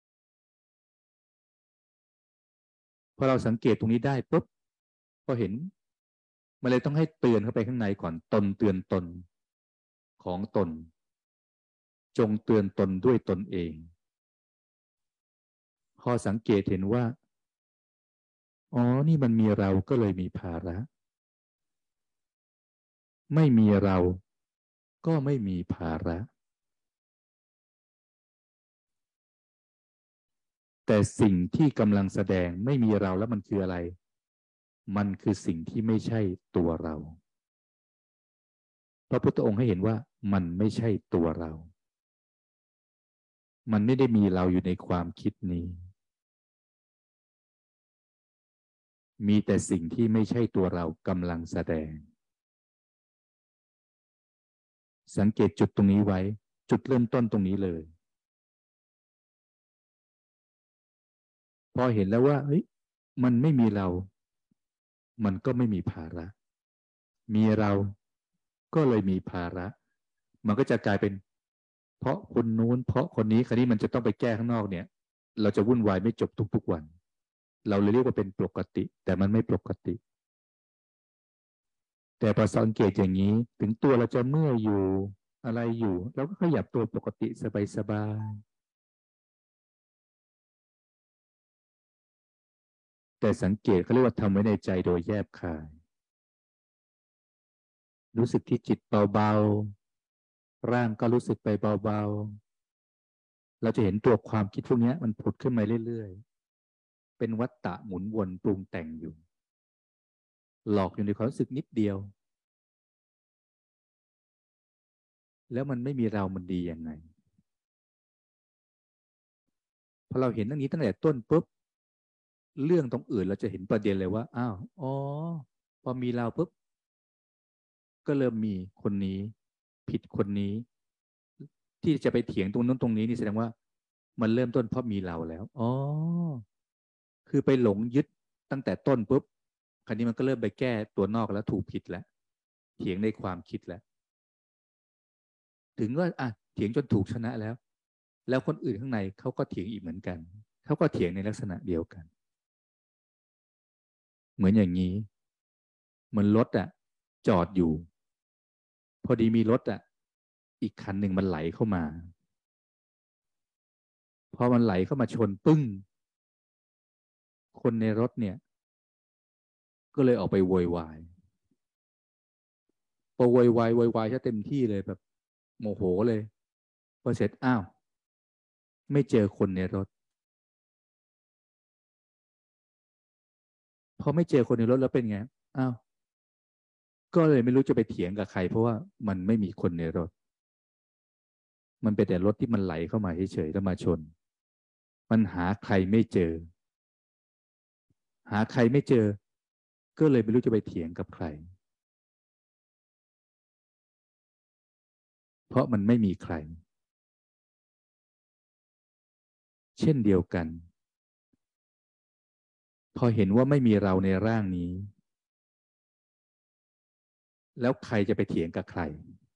Speaker 1: พอเราสังเกตตรงนี้ได้ปุ๊บก็เห็นมันเลยต้องให้เตือนเข้าไปข้างในก่อนตนเตือนตนของตนจงเตือนตนด้วยตนเองพอสังเกตเห็นว่าอ๋อนี่มันมีเราก็เลยมีภาระไม่มีเราก็ไม่มีภาระแต่สิ่งที่กำลังแสดงไม่มีเราแล้วมันคืออะไรมันคือสิ่งที่ไม่ใช่ตัวเราพระพุทธองค์ให้เห็นว่ามันไม่ใช่ตัวเรามันไม่ได้มีเราอยู่ในความคิดนี้มีแต่สิ่งที่ไม่ใช่ตัวเรากำลังแสดงสังเกตจุดตรงนี้ไว้จุดเริ่มต้นตรงนี้เลยพอเห็นแล้วว่าเฮ้ยมันไม่มีเรามันก็ไม่มีภาระมีเราก็เลยมีภาระมันก็จะกลายเป็นเพราะคนนู้นเพราะคนนี้คราวนี้มันจะต้องไปแก้ข้างนอกเนี่ยเราจะวุ่นวายไม่จบทุกๆวันเราเลยเรียกว่าเป็นปกติแต่มันไม่ปกติแต่พอสังเกตอย่างนี้ถึงตัวเราจะเมื่อยอยู่อะไรอยู่เราก็ขยับตัวปกติสบายๆแต่สังเกตเขาเรียกว่าทำไว้ในใจโดยแยบคายรู้สึกที่จิตเบาๆร่างก็รู้สึกไปเบาๆเราจะเห็นตัวความคิดพวกนี้มันผุดขึ้นมาเรื่อยๆเป็นวัฏฏะหมุนวนปรุงแต่งอยู่หลอกอยู่ในความรู้สึกนิดเดียวแล้วมันไม่มีเรามันดียังไงพอเราเห็นตั้งนี้ตั้งแต่ต้นปุ๊บเรื่องตรงอื่นเราจะเห็นประเด็นเลยว่าอ้าวอ๋อพอมีเราปุ๊บก็เริ่มมีคนนี้ผิดคนนี้ที่จะไปเถียงตรงนั้นตรงนี้นี่แสดงว่ามันเริ่มต้นเพราะมีเราแล้วอ๋อคือไปหลงยึดตั้งแต่ต้นปุ๊บคราวนี้มันก็เริ่มไปแก้ตัวนอกแล้วถูกผิดแล้วเถียงในความคิดแล้วถึงว่าอ่ะเถียงจนถูกชนะแล้วแล้วคนอื่นข้างในเขาก็เถียงอีกเหมือนกันเขาก็เถียงในลักษณะเดียวกันเหมือนอย่างนี้เหมือนรถอ่ะจอดอยู่พอดีมีรถอ่ะอีกคันหนึ่งมันไหลเข้ามาพอมันไหลเข้ามาชนปึ้งคนในรถเนี่ยก็เลยออกไปโวยวายพอโวยวายโวยวายซะเต็มที่เลยแบบโมโหเลยพอเสร็จอ้าวไม่เจอคนในรถพอไม่เจอคนในรถแล้วเป็นไงอ้าวก็เลยไม่รู้จะไปเถียงกับใครเพราะว่ามันไม่มีคนในรถมันเป็นแต่รถที่มันไหลเข้ามาเฉยๆแล้วมาชนมันหาใครไม่เจอหาใครไม่เจอก็เลยไม่รู้จะไปเถียงกับใครเพราะมันไม่มีใครเช่นเดียวกันพอเห็นว่าไม่มีเราในร่างนี้แล้วใครจะไปเถียงกับใคร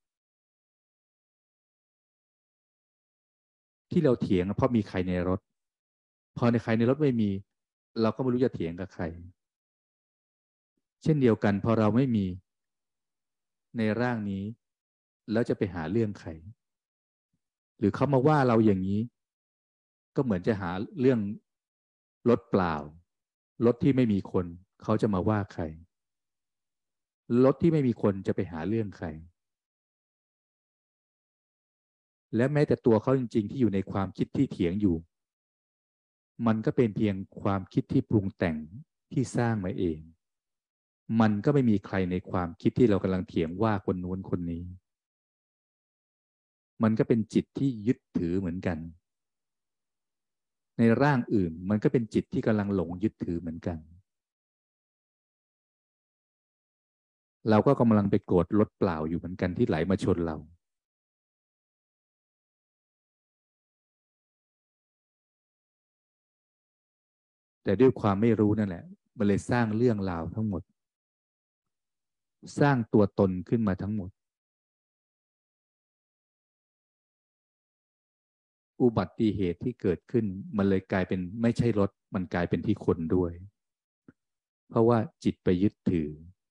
Speaker 1: ที่เราเถียงเพราะมีใครในรถพอในใครในรถไม่มีเราก็ไม่รู้จะเถียงกับใครเช่นเดียวกันพอเราไม่มีในร่างนี้แล้วจะไปหาเรื่องใครหรือเขามาว่าเราอย่างนี้ก็เหมือนจะหาเรื่องรถเปล่ารถที่ไม่มีคนเขาจะมาว่าใครรถที่ไม่มีคนจะไปหาเรื่องใครและแม้แต่ตัวเขาจริงๆที่อยู่ในความคิดที่เถียงอยู่มันก็เป็นเพียงความคิดที่ปรุงแต่งที่สร้างมาเองมันก็ไม่มีใครในความคิดที่เรากำลังเถียงว่าคนนู้นคนนี้มันก็เป็นจิตที่ยึดถือเหมือนกันในร่างอื่นมันก็เป็นจิตที่กำลังหลงยึดถือเหมือนกันเราก็กำลังไปโกรธรถเปล่าอยู่เหมือนกันที่ไหลมาชนเราแต่ด้วยความไม่รู้นั่นแหละมันเลยสร้างเรื่องราวทั้งหมดสร้างตัวตนขึ้นมาทั้งหมดอุบัติเหตุที่เกิดขึ้นมันเลยกลายเป็นไม่ใช่รถมันกลายเป็นที่คนด้วยเพราะว่าจิตไปยึดถือ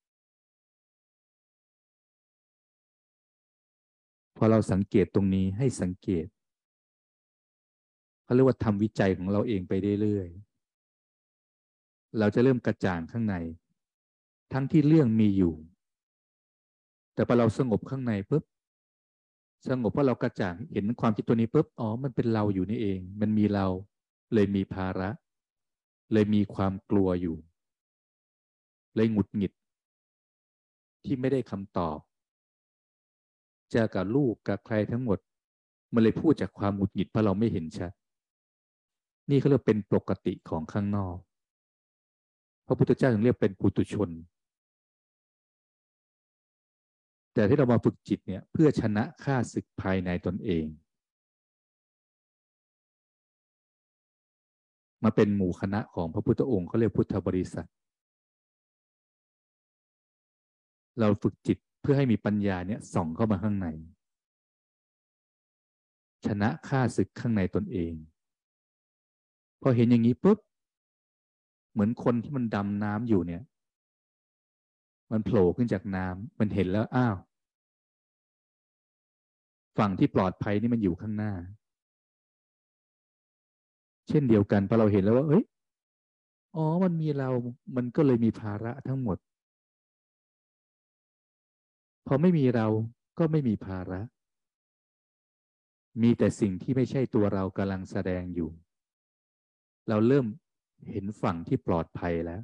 Speaker 1: พอเราสังเกตตรงนี้ให้สังเกตเขาเรียกว่าทำวิจัยของเราเองไปเรื่อยๆเราจะเริ่มกระจ่างข้างในทั้งที่เรื่องมีอยู่แต่พอเราสงบข้างในปุ๊บสงบเพราะเรากระจ่างเห็นความคิดตัวนี้ปุ๊บอ๋อมันเป็นเราอยู่นี่เองมันมีเราเลยมีภาระเลยมีความกลัวอยู่เลยหงุดหงิดที่ไม่ได้คำตอบเจอกับลูกกับใครทั้งหมดมันเลยพูดจากความหงุดหงิดเพราะเราไม่เห็นชัดนี่เขาเรียกเป็นปกติของข้างนอกพระพุทธเจ้าถึงเรียกเป็นปุถุชนแต่ที่เรามาฝึกจิตเนี่ยเพื่อชนะข้าศึกภายในตนเองมาเป็นหมู่คณะของพระพุทธองค์เขาเรียกพุทธบริษัทเราฝึกจิตเพื่อให้มีปัญญาเนี่ยส่องเข้ามาข้างในชนะข้าศึกข้างในตนเองพอเห็นอย่างนี้ปุ๊บเหมือนคนที่มันดำน้ำอยู่เนี่ยมันโผล่ขึ้นจากน้ำมันเห็นแล้วอ้าวฝั่งที่ปลอดภัยนี่มันอยู่ข้างหน้าเช่นเดียวกันพอเราเห็นแล้วว่าเอ้ยอ๋อมันมีเรามันก็เลยมีภาระทั้งหมดพอไม่มีเราก็ไม่มีภาระมีแต่สิ่งที่ไม่ใช่ตัวเรากำลังแสดงอยู่เราเริ่มเห็นฝั่งที่ปลอดภัยแล้ว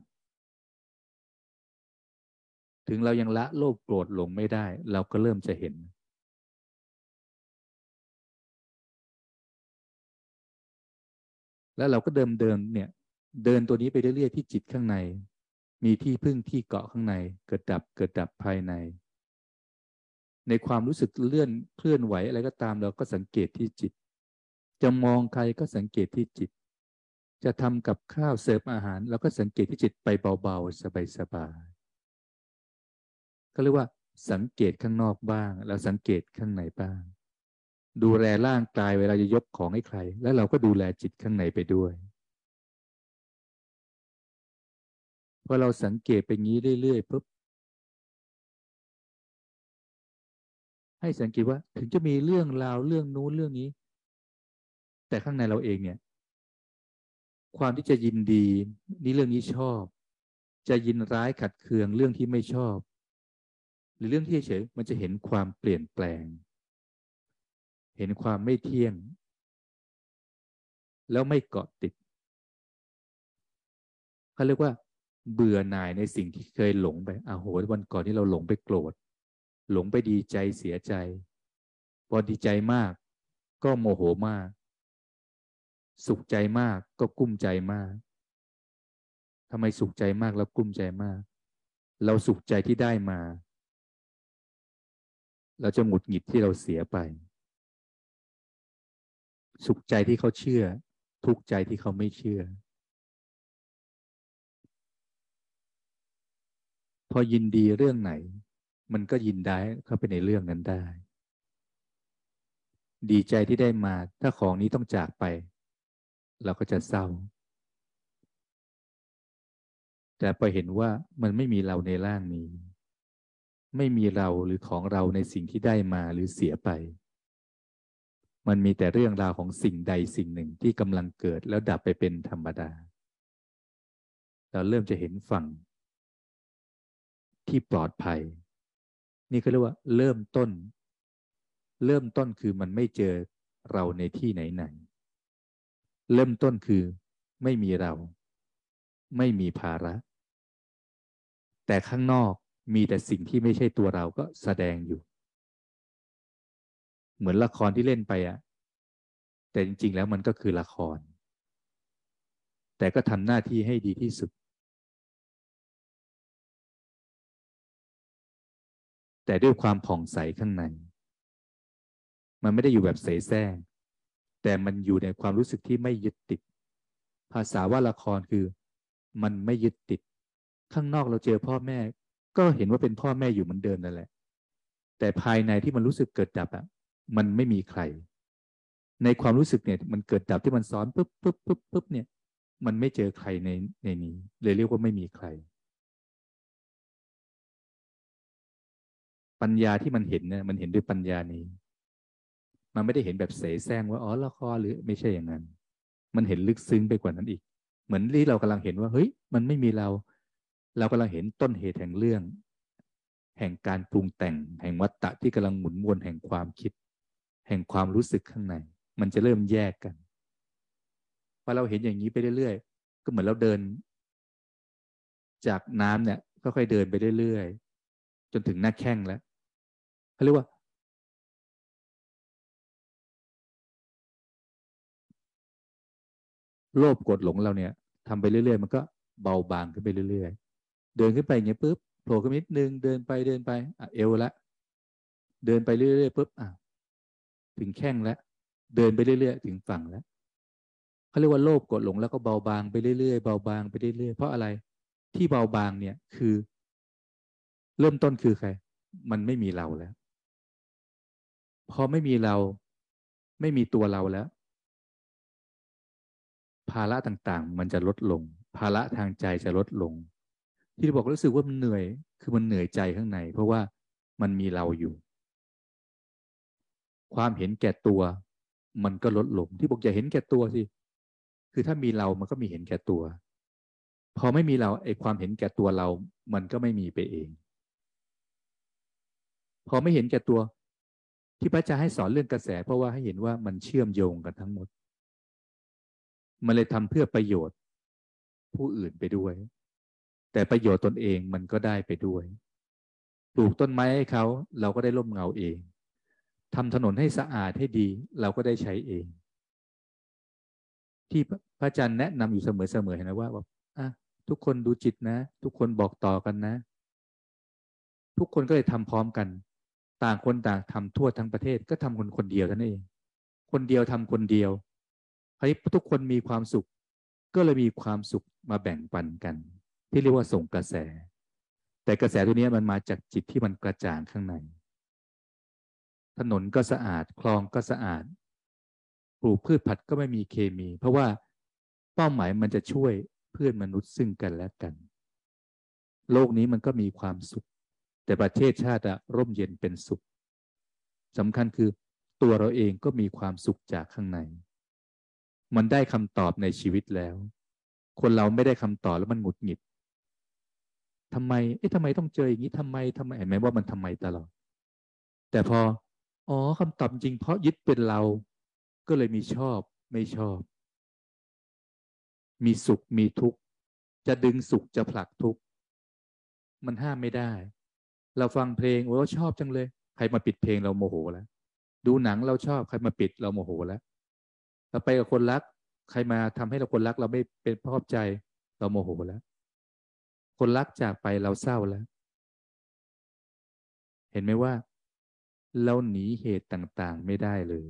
Speaker 1: ถึงเรายังละโลภโกรธหลงไม่ได้เราก็เริ่มจะเห็นแล้วเราก็เดิมเดินเนี่ยเดินตัวนี้ไปเรื่อยๆที่จิตข้างในมีที่พึ่งที่เกาะข้างในเกิดดับเกิดดับภายในในความรู้สึกเลื่อนเคลื่อนไหวอะไรก็ตามเราก็สังเกตที่จิตจะมองใครก็สังเกตที่จิตจะทำกับข้าวเสิร์ฟอาหารเราก็สังเกตที่จิตไปเบาๆสบายๆก็เรียกว่าสังเกตข้างนอกบ้างแล้วสังเกตข้างในบ้างดูแลร่างกายเวลาจะยกของให้ใครแล้วเราก็ดูแลจิตข้างในไปด้วยพอเราสังเกตไปงี้เรื่อยๆปุ๊บให้สังเกตว่าถึงจะมีเรื่องราวเรื่องนู้นเรื่องนี้แต่ข้างในเราเองเนี่ยความที่จะยินดีนี่เรื่องนี้ชอบจะยินร้ายขัดเคืองเรื่องที่ไม่ชอบหรือเรื่องที่เฉยมันจะเห็นความเปลี่ยนแปลงเห็นความไม่เที่ยงแล้วไม่เกาะติดเขาเรียกว่าเบื่อหน่ายในสิ่งที่เคยหลงไปอ้าวโหวันก่อนที่เราหลงไปโกรธหลงไปดีใจเสียใจพอดีใจมากก็โมโหมากสุขใจมากก็กุ้มใจมากทำไมสุขใจมากแล้วกุ้มใจมากเราสุขใจที่ได้มาเราจะหงุดหงิดที่เราเสียไปสุขใจที่เขาเชื่อทุกข์ใจที่เขาไม่เชื่อพอยินดีเรื่องไหนมันก็ยินได้เข้าไปในเรื่องนั้นได้ดีใจที่ได้มาถ้าของนี้ต้องจากไปเราก็จะเศร้าแต่พอเห็นว่ามันไม่มีเราในร่างนี้ไม่มีเราหรือของเราในสิ่งที่ได้มาหรือเสียไปมันมีแต่เรื่องราวของสิ่งใดสิ่งหนึ่งที่กำลังเกิดแล้วดับไปเป็นธรรมดาเราเริ่มจะเห็นฝั่งที่ปลอดภัยนี่เขาเรียกว่าเริ่มต้นเริ่มต้นคือมันไม่เจอเราในที่ไหนๆเริ่มต้นคือไม่มีเราไม่มีภาระแต่ข้างนอกมีแต่สิ่งที่ไม่ใช่ตัวเราก็แสดงอยู่เหมือนละครที่เล่นไปอะแต่จริงๆแล้วมันก็คือละครแต่ก็ทำหน้าที่ให้ดีที่สุดแต่ด้วยความผ่องใสข้างในมันไม่ได้อยู่แบบเสแสร้งแต่มันอยู่ในความรู้สึกที่ไม่ยึดติดภาษาว่าละครคือมันไม่ยึดติดข้างนอกเราเจอพ่อแม่ก็เห็นว่าเป็นพ่อแม่อยู่เหมือนเดิมนั่นแหละแต่ภายในที่มันรู้สึกเกิดดับอ่ะมันไม่มีใครในความรู้สึกเนี่ยมันเกิดดับที่มันซ้อนปุ๊บปุ๊บปุ๊บปุ๊บเนี่ยมันไม่เจอใครในในนี้เลยเรียกว่าไม่มีใครปัญญาที่มันเห็นเนี่ยมันเห็นด้วยปัญญานี้มันไม่ได้เห็นแบบเสแสร้งว่าอ๋อละครหรือไม่ใช่อย่างนั้นมันเห็นลึกซึ้งไปกว่านั้นอีกเหมือนที่เรากำลังเห็นว่าเฮ้ยมันไม่มีเราเรากำลังเห็นต้นเหตุแห่งเรื่องแห่งการปรุงแต่งแห่งวัฏฏะที่กำลังหมุนวนแห่งความคิดแห่งความรู้สึกข้างในมันจะเริ่มแยกกันพอเราเห็นอย่างนี้ไปเรื่อยๆก็เหมือนเราเดินจากน้ำเนี่ยค่อยๆเดินไปเรื่อยๆจนถึงหน้าแข้งแล้วเขาเรียกว่าโลภโกรธหลงเราเนี่ยทำไปเรื่อยๆมันก็เบาบางขึ้นไปเรื่อยๆเดินขึ้นไปอย่างเงี้ยปุ๊บโผล่ขึ้นนิดนึงเดินไปเดินไปอ่ะเอวละเดินไปเรื่อยๆปุ๊บอ่ะถึงแข้งแล้วเดินไปเรื่อยๆถึงฝั่งแล้วเขาเรียกว่าโลภโกรธหลงแล้วก็เบาบางไปเรื่อยๆเบาบางไปเรื่อยๆเพราะอะไรที่เบาบางเนี่ยคือเริ่มต้นคือใครมันไม่มีเราแล้วพอไม่มีเราไม่มีตัวเราแล้ว ภาระต่างๆมันจะลดลงภาระทางใจจะลดลงที่เราบอกรู้สึกว่ามันเหนื่อยคือมันเหนื่อยใจข้างในเพราะว่ามันมีเราอยู่ความเห็นแก่ตัวมันก็ลดลงที่บอกอย่าเห็นแก่ตัวสิคือถ้ามีเรามันก็มีเห็นแก่ตัวพอไม่มีเราไอ้ความเห็นแก่ตัวเรามันก็ไม่มีไปเองพอไม่เห็นแก่ตัวที่พระอาจารย์ให้สอนเรื่องกระแสเพราะว่าให้เห็นว่ามันเชื่อมโยงกันทั้งหมดมันเลยทำเพื่อประโยชน์ผู้อื่นไปด้วยแต่ประโยชน์ตนเองมันก็ได้ไปด้วย ปลูกต้นไม้ให้เขาเราก็ได้ร่มเงาเองทำถนนให้สะอาดให้ดีเราก็ได้ใช้เองที่พระอาจารย์แนะนำอยู่เสมอๆเห็นไหมว่าแบบอ่ะทุกคนดูจิตนะทุกคนบอกต่อกันนะทุกคนก็เลยทำพร้อมกันต่างคนต่างทำทั่วทั้งประเทศก็ทำคนคนเดียวท่านเองคนเดียวทำคนเดียวคราวนี้ทุกคนมีความสุขก็เลยมีความสุขมาแบ่งปันกันที่เรียกว่าส่งกระแสแต่กระแสตัวนี้มันมาจากจิตที่มันกระจ่างข้างใน ถนนก็สะอาดคลองก็สะอาดปลูกพืชผักก็ไม่มีเคมีเพราะว่าเป้าหมายมันจะช่วยเพื่อนมนุษย์ซึ่งกันและกันโลกนี้มันก็มีความสุขแต่ประเทศชาติอะร่มเย็นเป็นสุขสำคัญคือตัวเราเองก็มีความสุขจากข้างในมันได้คำตอบในชีวิตแล้วคนเราไม่ได้คำตอบแล้วมันหงุดหงิดทำไมเอ๊ะทำไมต้องเจออย่างนี้ทำไมทำไมเห็นไหมว่ามันทำไมตลอดแต่พออ๋อคำตอบจริงเพราะยึดเป็นเราก็เลยมีชอบไม่ชอบมีสุขมีทุกข์จะดึงสุขจะผลักทุกข์มันห้ามไม่ได้เราฟังเพลงโอ้ชอบจังเลยใครมาปิดเพลงเราโมโหแล้วดูหนังเราชอบใครมาปิดเราโมโหแล้วเราไปกับคนรักใครมาทำให้เราคนรักเราไม่เป็นพอใจเราโมโหแล้วคนรักจากไปเราเศร้าแล้วเห็นไหมว่าเราหนีเหตุต่างๆไม่ได้เลย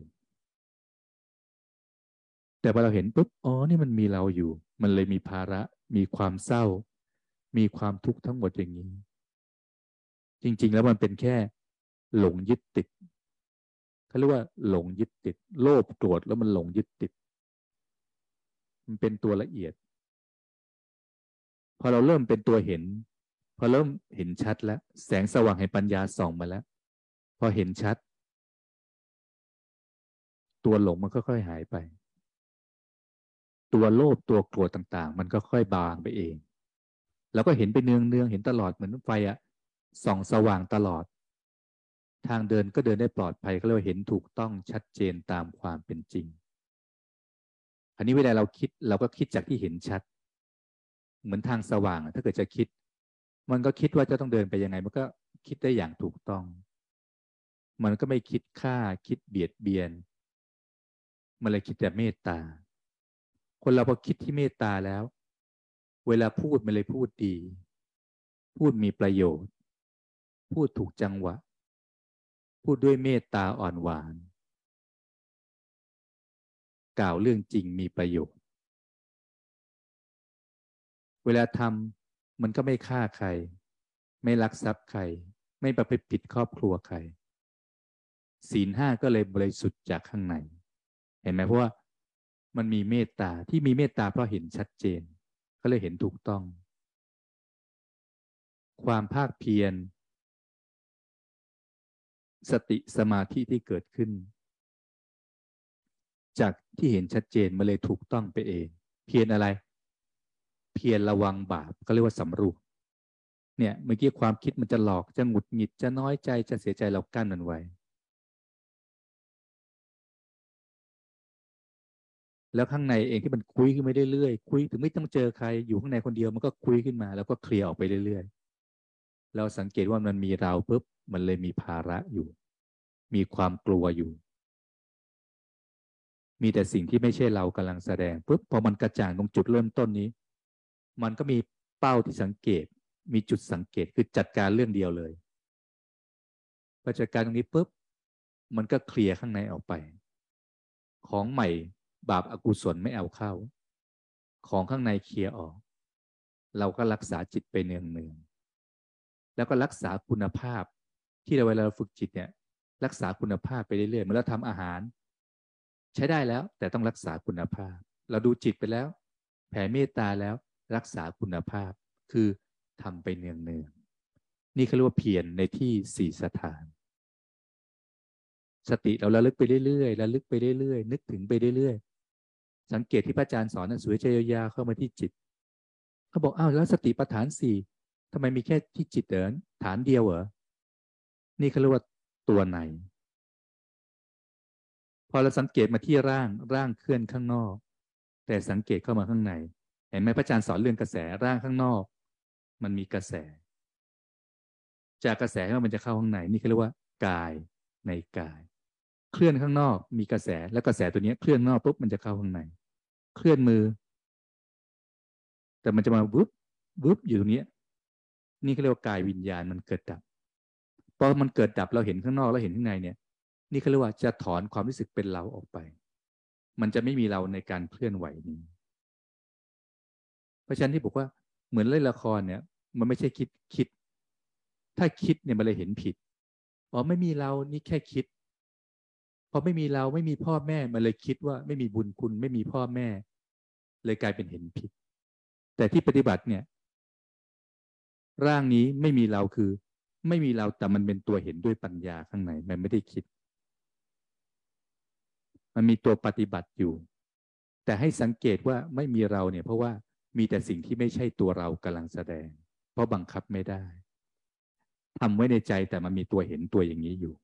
Speaker 1: แต่พอเราเห็นปุ๊บอ๋อนี่มันมีเราอยู่มันเลยมีภาระมีความเศร้ามีความทุกข์ทั้งหมดอย่างนี้จริงๆแล้วมันเป็นแค่หลงยึดติดเขาเรียกว่าหลงยึดติดโลภโกรธแล้วมันหลงยึดติดมันเป็นตัวละเอียดพอเราเริ่มเป็นตัวเห็นพอเริ่มเห็นชัดแล้วแสงสว่างแห่งปัญญาส่องมาแล้วพอเห็นชัดตัวหลงมันก็ค่อยหายไปตัวโลภตัวโกรธต่างๆมันก็ค่อยบางไปเองแล้วก็เห็นไปเนืองเนืองเห็นตลอดเหมือนไฟอะส่องสว่างตลอดทางเดินก็เดินได้ปลอดภัยก็เรียกว่าเห็นถูกต้องชัดเจนตามความเป็นจริงอันนี้เวลาเราคิดเราก็คิดจากที่เห็นชัดเหมือนทางสว่างถ้าเกิดจะคิดมันก็คิดว่าจะต้องเดินไปยังไงมันก็คิดได้อย่างถูกต้องมันก็ไม่คิดฆ่าคิดเบียดเบียนมันเลยคิดแต่เมตตาคนเราพอคิดที่เมตตาแล้วเวลาพูดมันเลยพูดดีพูดมีประโยชน์พูดถูกจังหวะพูดด้วยเมตตาอ่อนหวานกล่าวเรื่องจริงมีประโยชน์เวลาทำมันก็ไม่ฆ่าใครไม่ลักทรัพย์ใครไม่ประพฤติผิดครอบครัวใครศีลห้าก็เลยบริสุทธิ์จากข้างในเห็นไหมเพราะว่ามันมีเมตตาที่มีเมตตาเพราะเห็นชัดเจนก็เลยเห็นถูกต้องความภาคเพียรสติสมาธิที่เกิดขึ้นจากที่เห็นชัดเจนมาเลยถูกต้องไปเองเพียรอะไรเพียรระวังบาปก็เรียกว่าสำรวมเนี่ยเมื่อกี้ความคิดมันจะหลอกจะหงุดหงิดจะน้อยใจจะเสียใจเรากั้นมันไว้แล้วข้างในเองที่มันคุยขึ้นไปเรื่อยๆคุยถึงไม่ต้องเจอใครอยู่ข้างในคนเดียวมันก็คุยขึ้นมาแล้วก็เคลียร์ออกไปเรื่อยๆเราสังเกตว่ามันมีเราปุ๊บมันเลยมีภาระอยู่มีความกลัวอยู่มีแต่สิ่งที่ไม่ใช่เรากำลังแสดงปุ๊บพอมันกระจ่างตรงจุดเริ่มต้นนี้มันก็มีเป้าที่สังเกตมีจุดสังเกตคือจัดการเรื่องเดียวเลยพอจัดการตรงนี้ปุ๊บมันก็เคลียร์ข้างในออกไปของใหม่บาปอกุศลไม่เอาเข้าของข้างในเคลียร์ออกเราก็รักษาจิตไปเนืองเนืองแล้วก็รักษาคุณภาพที่เราเวลาเราฝึกจิตเนี่ยรักษาคุณภาพไปเรื่อยๆเมื่อเราทำอาหารใช้ได้แล้วแต่ต้องรักษาคุณภาพเราดูจิตไปแล้วแผ่เมตตาแล้วรักษาคุณภาพคือทำไปเนืองเนืองนี่เขาเรียกว่าเพียรในที่สี่สถานสติเราระลึกไปเรื่อยๆระลึกไปเรื่อยๆนึกถึงไปเรื่อยๆสังเกตที่พระอาจารย์สอนนะสวยใจยาวๆเข้ามาที่จิตเขาบอกอ้าวแล้วสติปัฏฐานสี่ทำไมมีแค่ที่จิตเดินฐานเดียวเหรอนี่เขาเรียกว่าตัวไหนพอเราสังเกตมาที่ร่างร่างเคลื่อนข้างนอกแต่สังเกตเข้ามาข้างในเห็นไหมพระอาจารย์สอนเรื่องกระแสร่างข้างนอกมันมีกระแสจากกระแสมันจะเข้าข้างในนี่เขาเรียกว่ากายในกายเคลื่อนข้างนอกมีกระแสแล้วกระแสตัวนี้เคลื่อนนอกปุ๊บมันจะเข้าข้างในเคลื่อนมือแต่มันจะมาวุบวุบอยู่ตรงนี้นี่เขาเรียกว่ากายวิญญาณมันเกิดดับพอมันเกิดดับเราเห็นข้างนอกแล้วเห็นข้างในเนี่ยนี่เขาเรียกว่าจะถอนความรู้สึกเป็นเราออกไปมันจะไม่มีเราในการเคลื่อนไหวนี้เพราะฉะนั้นที่บอกว่าเหมือนเล่นละครเนี่ยมันไม่ใช่คิดคิดถ้าคิดเนี่ยมันเลยเห็นผิดอ๋อไม่มีเรานี่แค่คิดพอไม่มีเราไม่มีพ่อแม่มันเลยคิดว่าไม่มีบุญคุณไม่มีพ่อแม่เลยกลายเป็นเห็นผิดแต่ที่ปฏิบัติเนี่ยร่างนี้ไม่มีเราคือไม่มีเราแต่มันเป็นตัวเห็นด้วยปัญญาข้างในมันไม่ได้คิดมันมีตัวปฏิบัติอยู่แต่ให้สังเกตว่าไม่มีเราเนี่ยเพราะว่ามีแต่สิ่งที่ไม่ใช่ตัวเรากำลังแสดงเพราะบังคับไม่ได้ทำไว้ในใจแต่มันมีตัวเห็นตัวอย่างนี้อยู่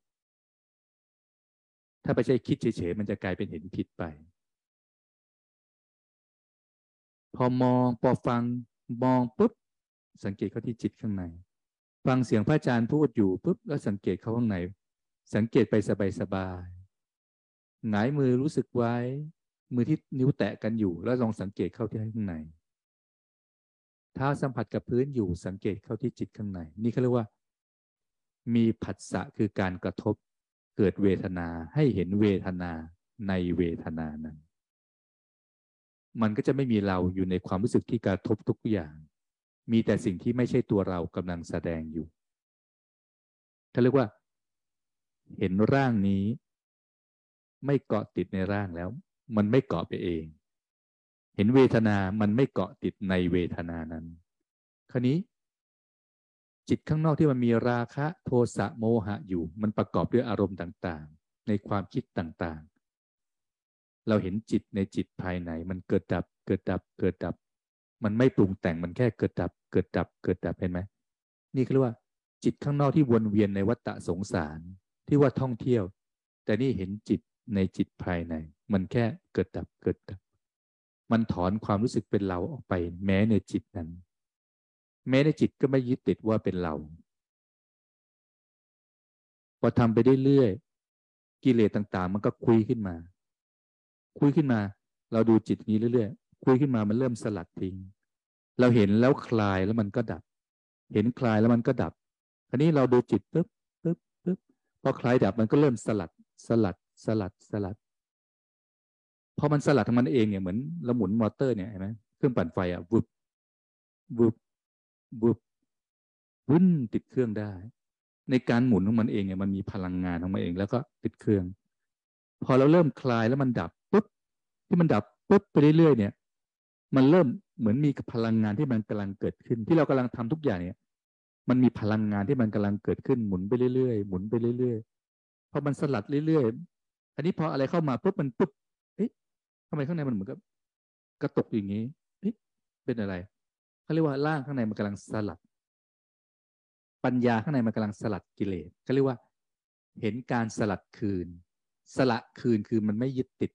Speaker 1: ถ้าไม่ใช่คิดเฉยๆมันจะกลายเป็นเห็นผิดไปพอมองพอฟังมองปุ๊บสังเกตเข้าที่จิตข้างในฟังเสียงพระอาจารย์พูดอยู่ปุ๊บแล้วสังเกตเข้าข้างในสังเกตไปสบายๆหงายมือรู้สึกไว้มือที่นิ้วแตะกันอยู่แล้วลองสังเกตเข้าที่ข้างในเท้าสัมผัสกับพื้นอยู่สังเกตเข้าที่จิตข้างในนี่เขาเรียกว่ามีผัสสะคือการกระทบเกิดเวทนาให้เห็นเวทนาในเวทนานั้นมันก็จะไม่มีเราอยู่ในความรู้สึกที่กระทบทุกอย่างมีแต่สิ่งที่ไม่ใช่ตัวเรากำลังแสดงอยู่เขาเรียกว่าเห็นร่างนี้ไม่เกาะติดในร่างแล้วมันไม่เกาะไปเองเห็นเวทนามันไม่เกาะติดในเวทนานั้นคราวนี้จิตข้างนอกที่มันมีราคะโทสะโมหะอยู่มันประกอบด้วยอารมณ์ต่างๆในความคิดต่างๆเราเห็นจิตในจิตภายในมันเกิดดับเกิดดับเกิดดับมันไม่ปรุงแต่งมันแค่เกิดดับเกิดดับเกิดดับเห็นไหมนี่คือว่าจิตข้างนอกที่วนเวียนในวัฏฏะสงสารที่ว่าท่องเที่ยวแต่นี่เห็นจิตในจิตภายในมันแค่เกิดดับเกิดดับมันถอนความรู้สึกเป็นเราออกไปแม้ในจิตนั้นแม้ในจิตก็ไม่ยึดติดว่าเป็นเราพอทำไปได้เรื่อยกิเลสต่างๆมันก็คุยขึ้นมาคุยขึ้นมาเราดูจิตนี้เรื่อยๆคุยขึ้นมามันเริ่มสลัดทิ้งเราเห็นแล้วคลายแล้วมันก็ดับเห็นคลายแล้วมันก็ดับคราวนี้เราดูจิตปุ๊บปุ๊บปุ๊บพอคลายดับมันก็เริ่มสลัดสลัดสลัดสลัดพอมันสลัดของมันเองเนี่ยเหมือนเราหมุนมอเตอร์เนี่ยเห็นไหมเครื่องปั่นไฟอ่ะวุบวุบวุบวุ้นติดเครื่องได้ในการหมุนของมันเองเนี่ยมันมีพลังงานของมันเองแล้วก็ติดเครื่องพอเราเริ่มคลายแล้วมันดับปุ๊บที่มันดับปุ๊บไปเรื่อยๆเนี่ยมันเริ่มเหมือนมีพลังงานที่มันกำลังเกิดขึ้นที่เรากำลังทำทุกอย่างเนี่ยมันมีพลังงานที่มันกำลังเกิดขึ้นหมุนไปเรื่อยๆหมุนไปเรื่อยๆพอมันสลัดเรื่อยๆอันนี้พออะไรเข้ามาปุ๊บมันปุ๊บเอ๊ะทำไมข้างในมันเหมือนกับกระตุกอย่างนี้เอ๊ะเป็นอะไรเขาเรียกว่าร่างข้างในมันกำลังสลัดปัญญาข้างในมันกำลังสลัดกิเลสเขาเรียกว่าเห็นการสลัดคืนสละคืนคือมันไม่ยึดติด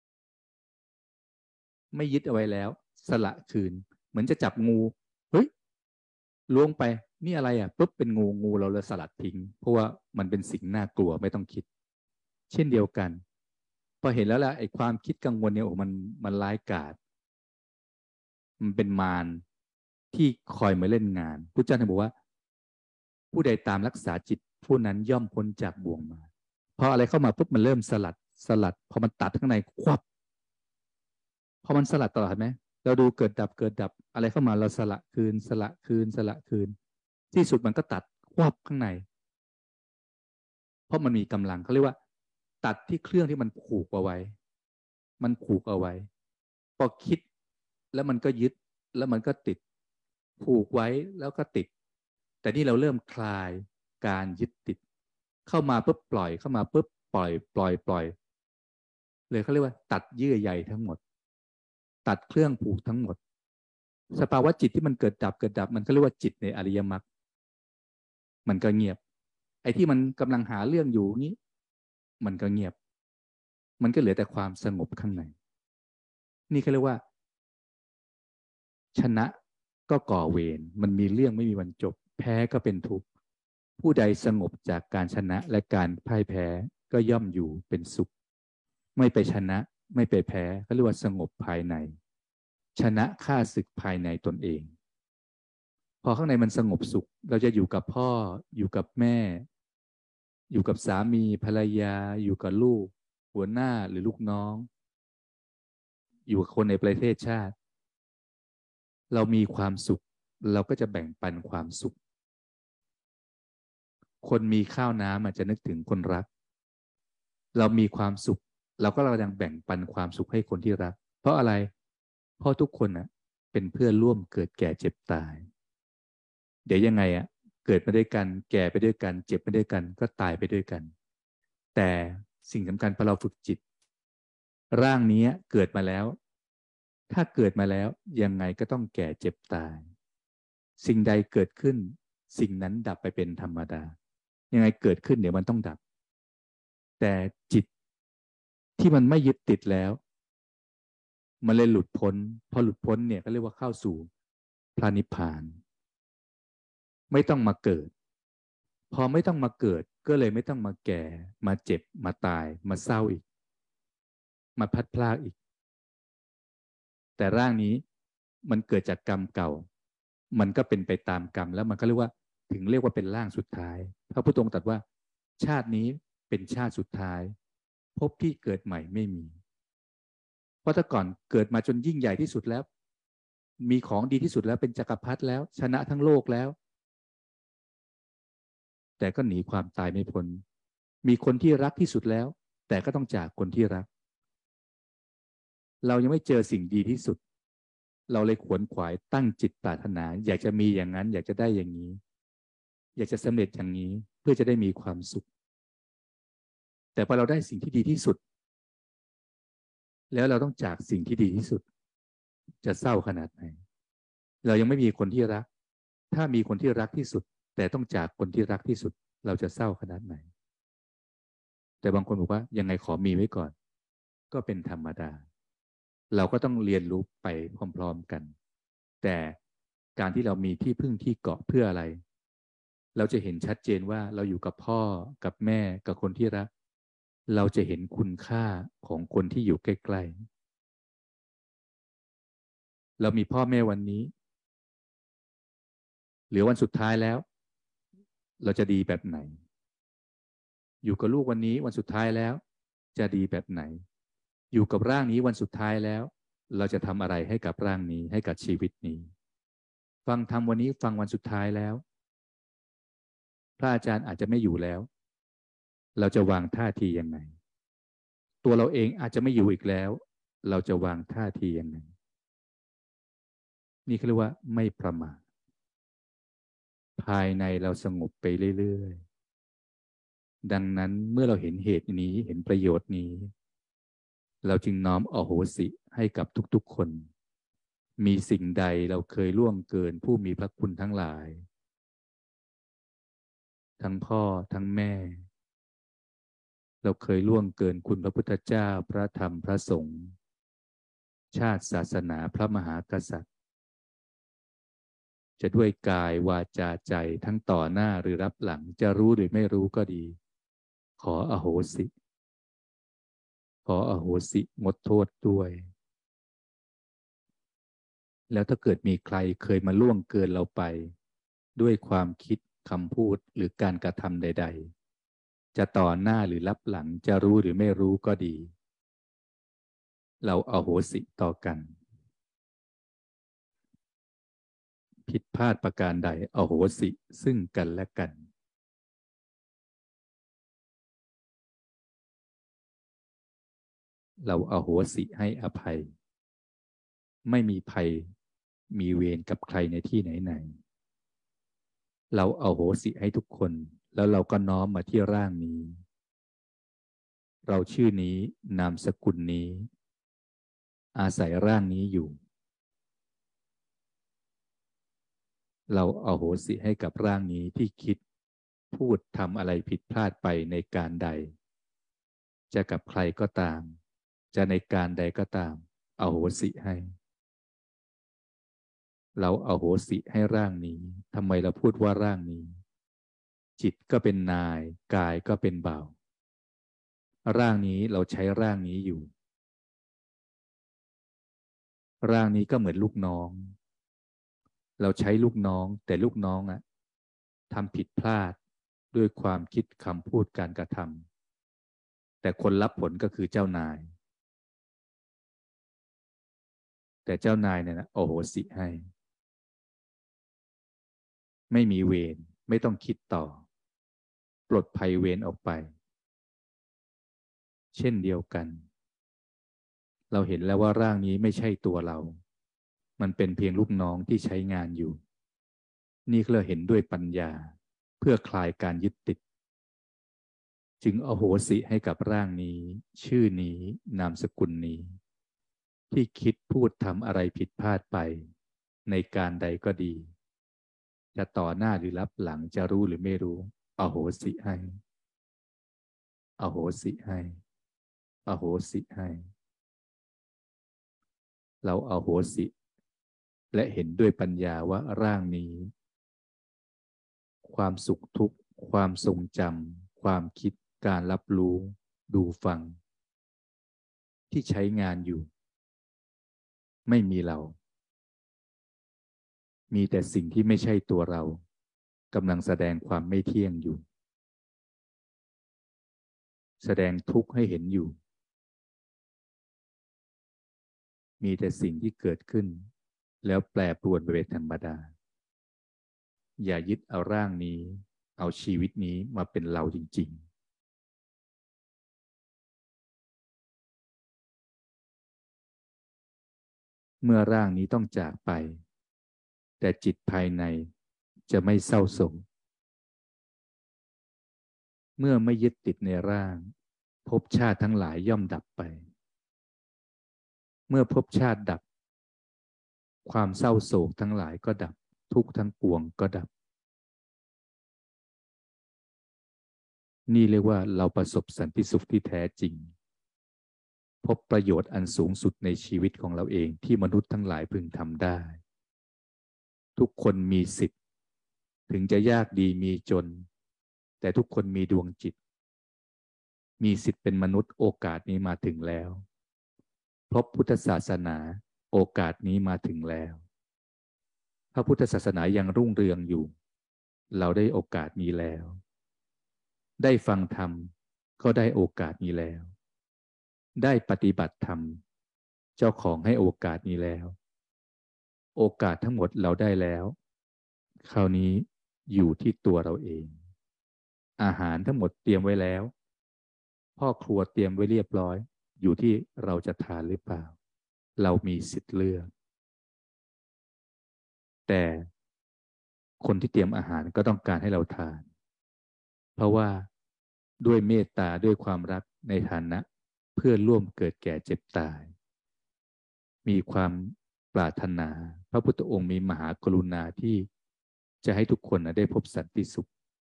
Speaker 1: ไม่ยึดเอาไว้แล้วสละคืนเหมือนจะจับงูเฮ้ยล้วงไปนี่อะไรอ่ะปุ๊บเป็นงูงูเราเลยสลัดทิ้งเพราะว่ามันเป็นสิ่งน่ากลัวไม่ต้องคิดเช่นเดียวกันพอเห็นแล้วล่ะไอ้ความคิดกังวลเนี่ยโอ้มันมันร้ายกาจมันเป็นมารที่คอยมาเล่นงานพุทธเจ้าท่านบอกว่าผู้ใดตามรักษาจิตผู้นั้นย่อมพ้นจากบ่วงมารพออะไรเข้ามาปุ๊บมันเริ่มสลัดสลัดพอมันตัดข้างในควับพอมันสลัดตลอดไหมเราดูเกิดดับเกิดดับอะไรเข้ามาเราสละคืนสละคืนสละคืนที่สุดมันก็ตัดควับข้างในเพราะมันมีกำลังเขาเรียกว่าตัดที่เครื่องที่มันผูกเอาไว้มันผูกเอาไว้พอคิดแล้วมันก็ยึดแล้วมันก็ติดผูกไว้แล้วก็ติดแต่นี่เราเริ่มคลายการยึดติดเข้ามาปุ๊บปล่อยเข้ามาปุ๊บปล่อยปล่อยปล่อยเลยเขาเรียกว่าตัดเยื่อใยทั้งหมดตัดเครื่องผูกทั้งหมดสภาวะจิตที่มันเกิดดับเกิดดับมันก็เรียกว่าจิตในอริยมรรคมันก็เงียบไอ้ที่มันกำลังหาเรื่องอยู่นี้มันก็เงียบมันก็เหลือแต่ความสงบข้างในนี่เขาเรียกว่าชนะก็ก่อเวรมันมีเรื่องไม่มีวันจบแพ้ก็เป็นทุกข์ผู้ใดสงบจากการชนะและการพ่ายแพ้ก็ย่อมอยู่เป็นสุขไม่ไปชนะไม่ไปแพ้เขาเรียกว่าสงบภายในชนะฆ่าศึกภายในตนเองพอข้างในมันสงบสุขเราจะอยู่กับพ่ออยู่กับแม่อยู่กับสามีภรรยาอยู่กับลูกหัวหน้าหรือลูกน้องอยู่กับคนในประเทศชาติเรามีความสุขเราก็จะแบ่งปันความสุขคนมีข้าวน้ำอาจจะนึกถึงคนรักเรามีความสุขเราก็เรายังแบ่งปันความสุขให้คนที่รักเพราะอะไรเพราะทุกคนนะเป็นเพื่อนร่วมเกิดแก่เจ็บตายเดี๋ยวยังไงอะเกิดมาด้วยกันแก่ไปด้วยกันเจ็บไปด้วยกันก็ตายไปด้วยกันแต่สิ่งสำคัญพอเราฝึกจิตร่างนี้เกิดมาแล้วถ้าเกิดมาแล้วยังไงก็ต้องแก่เจ็บตายสิ่งใดเกิดขึ้นสิ่งนั้นดับไปเป็นธรรมดายังไงเกิดขึ้นเดี๋ยวมันต้องดับแต่จิตที่มันไม่ยึดติดแล้วมันเลยหลุดพ้นพอหลุดพ้นเนี่ยก็เรียกว่าเข้าสู่พระนิพพานไม่ต้องมาเกิดพอไม่ต้องมาเกิดก็เลยไม่ต้องมาแก่มาเจ็บมาตายมาเศร้าอีกมาพัดพลากอีกแต่ร่างนี้มันเกิดจากกรรมเก่ามันก็เป็นไปตามกรรมแล้วมันก็เรียกว่าถึงเรียกว่าเป็นร่างสุดท้ายพระพุทธองค์ตรัสว่าชาตินี้เป็นชาติสุดท้ายพบที่เกิดใหม่ไม่มีเพราะถ้าก่อนเกิดมาจนยิ่งใหญ่ที่สุดแล้วมีของดีที่สุดแล้วเป็นจักรพรรดิแล้วชนะทั้งโลกแล้วแต่ก็หนีความตายไม่พ้นมีคนที่รักที่สุดแล้วแต่ก็ต้องจากคนที่รักเรายังไม่เจอสิ่งดีที่สุดเราเลยขวนขวายตั้งจิตปรารถนาอยากจะมีอย่างนั้นอยากจะได้อย่างนี้อยากจะสำเร็จอย่างนี้เพื่อจะได้มีความสุขแต่พอเราได้สิ่งที่ดีที่สุดแล้วเราต้องจากสิ่งที่ดีที่สุดจะเศร้าขนาดไหนเรายังไม่มีคนที่รักถ้ามีคนที่รักที่สุดแต่ต้องจากคนที่รักที่สุดเราจะเศร้าขนาดไหนแต่บางคนบอกว่ายังไงขอมีไว้ก่อนก็เป็นธรรมดาเราก็ต้องเรียนรู้ไปพร้อมๆกันแต่การที่เรามีที่พึ่งที่เกาะเพื่ออะไรเราจะเห็นชัดเจนว่าเราอยู่กับพ่อกับแม่กับคนที่รักเราจะเห็นคุณค่าของคนที่อยู่ใกล้ๆเรามีพ่อแม่วันนี้หรือวันสุดท้ายแล้วเราจะดีแบบไหนอยู่กับลูกวันนี้วันสุดท้ายแล้วจะดีแบบไหนอยู่กับร่างนี้วันสุดท้ายแล้วเราจะทำอะไรให้กับร่างนี้ให้กับชีวิตนี้ฟังธรรมวันนี้ฟังวันสุดท้ายแล้วพระอาจารย์อาจจะไม่อยู่แล้วเราจะวางท่าทียังไงตัวเราเองอาจจะไม่อยู่อีกแล้วเราจะวางท่าทียังไงนี่เขาเรียกว่าไม่ประมาทภายในเราสงบไปเรื่อยๆดังนั้นเมื่อเราเห็นเหตุนี้เห็นประโยชน์นี้เราจึงน้อมอโหสิให้กับทุกๆคนมีสิ่งใดเราเคยล่วงเกินผู้มีพระคุณทั้งหลายทั้งพ่อทั้งแม่เราเคยล่วงเกินคุณพระพุทธเจ้าพระธรรมพระสงฆ์ชาติศาสนาพระมหากษัตริย์จะด้วยกายวาจาใจทั้งต่อหน้าหรือรับหลังจะรู้หรือไม่รู้ก็ดีขออโหสิขออโหสิงดโทษด้วยแล้วถ้าเกิดมีใครเคยมาล่วงเกินเราไปด้วยความคิดคำพูดหรือการกระทำใดๆจะต่อหน้าหรือรับหลังจะรู้หรือไม่รู้ก็ดีเราอโหสิต่อกันผิดพลาดประการใดอโหสิซึ่งกันและกันเราอโหสิให้อภัยไม่มีภัยมีเวรกับใครในที่ไหนๆเราอโหสิให้ทุกคนแล้วเราก็น้อมมาที่ร่างนี้เราชื่อนี้นามสกุลนี้อาศัยร่างนี้อยู่เราอโหสิให้กับร่างนี้ที่คิดพูดทำอะไรผิดพลาดไปในการใดจะกับใครก็ตามจะในการใดก็ตามอโหสิให้เราอโหสิให้ร่างนี้ทำไมเราพูดว่าร่างนี้จิตก็เป็นนายกายก็เป็นบ่าวร่างนี้เราใช้ร่างนี้อยู่ร่างนี้ก็เหมือนลูกน้องเราใช้ลูกน้องแต่ลูกน้องอะทำผิดพลาดด้วยความคิดคำพูดการกระทำแต่คนรับผลก็คือเจ้านายแต่เจ้านายเนี่ยนะโอโหสิให้ไม่มีเวรไม่ต้องคิดต่อปลดภัยเวรออกไปเช่นเดียวกันเราเห็นแล้วว่าร่างนี้ไม่ใช่ตัวเรามันเป็นเพียงลูกน้องที่ใช้งานอยู่นี่เราเห็นด้วยปัญญาเพื่อคลายการยึดติดจึงอโหสิให้กับร่างนี้ชื่อนี้นามสกุลนี้ที่คิดพูดทำอะไรผิดพลาดไปในการใดก็ดีจะต่อหน้าหรือรับหลังจะรู้หรือไม่รู้อโหสิให้อโหสิให้อโหสิให้เราอโหสิและเห็นด้วยปัญญาว่าร่างนี้ความสุขทุกข์ความทรงจำความคิดการรับรู้ดูฟังที่ใช้งานอยู่ไม่มีเรามีแต่สิ่งที่ไม่ใช่ตัวเรากำลังแสดงความไม่เที่ยงอยู่แสดงทุกข์ให้เห็นอยู่มีแต่สิ่งที่เกิดขึ้นแล้วแปรปรวนไปเป็นธรรมดาอย่ายึดเอาร่างนี้เอาชีวิตนี้มาเป็นเราจริงๆเมื่อร่างนี้ต้องจากไปแต่จิตภายในจะไม่เศร้าโศกเมื่อไม่ยึดติดในร่างภพชาติทั้งหลายย่อมดับไปเมื่อภพชาติดับความเศร้าโศกทั้งหลายก็ดับทุกข์ทั้งปวงก็ดับนี่เรียกว่าเราประสบสันติสุขที่แท้จริงพบประโยชน์อันสูงสุดในชีวิตของเราเองที่มนุษย์ทั้งหลายพึงทำได้ทุกคนมีสิทธิ์ถึงจะยากดีมีจนแต่ทุกคนมีดวงจิตมีสิทธิ์เป็นมนุษย์โอกาสนี้มาถึงแล้วพบพุทธศาสนาโอกาสนี้มาถึงแล้วพระพุทธศาสนายังรุ่งเรืองอยู่เราได้โอกาสนี้แล้วได้ฟังธรรมก็ได้โอกาสนี้แล้วได้ปฏิบัติธรรมเจ้าของให้โอกาสนี้แล้วโอกาสทั้งหมดเราได้แล้วคราวนี้อยู่ที่ตัวเราเองอาหารทั้งหมดเตรียมไว้แล้วพ่อครัวเตรียมไว้เรียบร้อยอยู่ที่เราจะทานหรือเปล่าเรามีสิทธิ์เลือกแต่คนที่เตรียมอาหารก็ต้องการให้เราทานเพราะว่าด้วยเมตตาด้วยความรักในฐานะเพื่อนร่วมเกิดแก่เจ็บตายมีความปรารถนาพระพุทธองค์มีมหากรุณาที่จะให้ทุกคนได้พบสันติสุข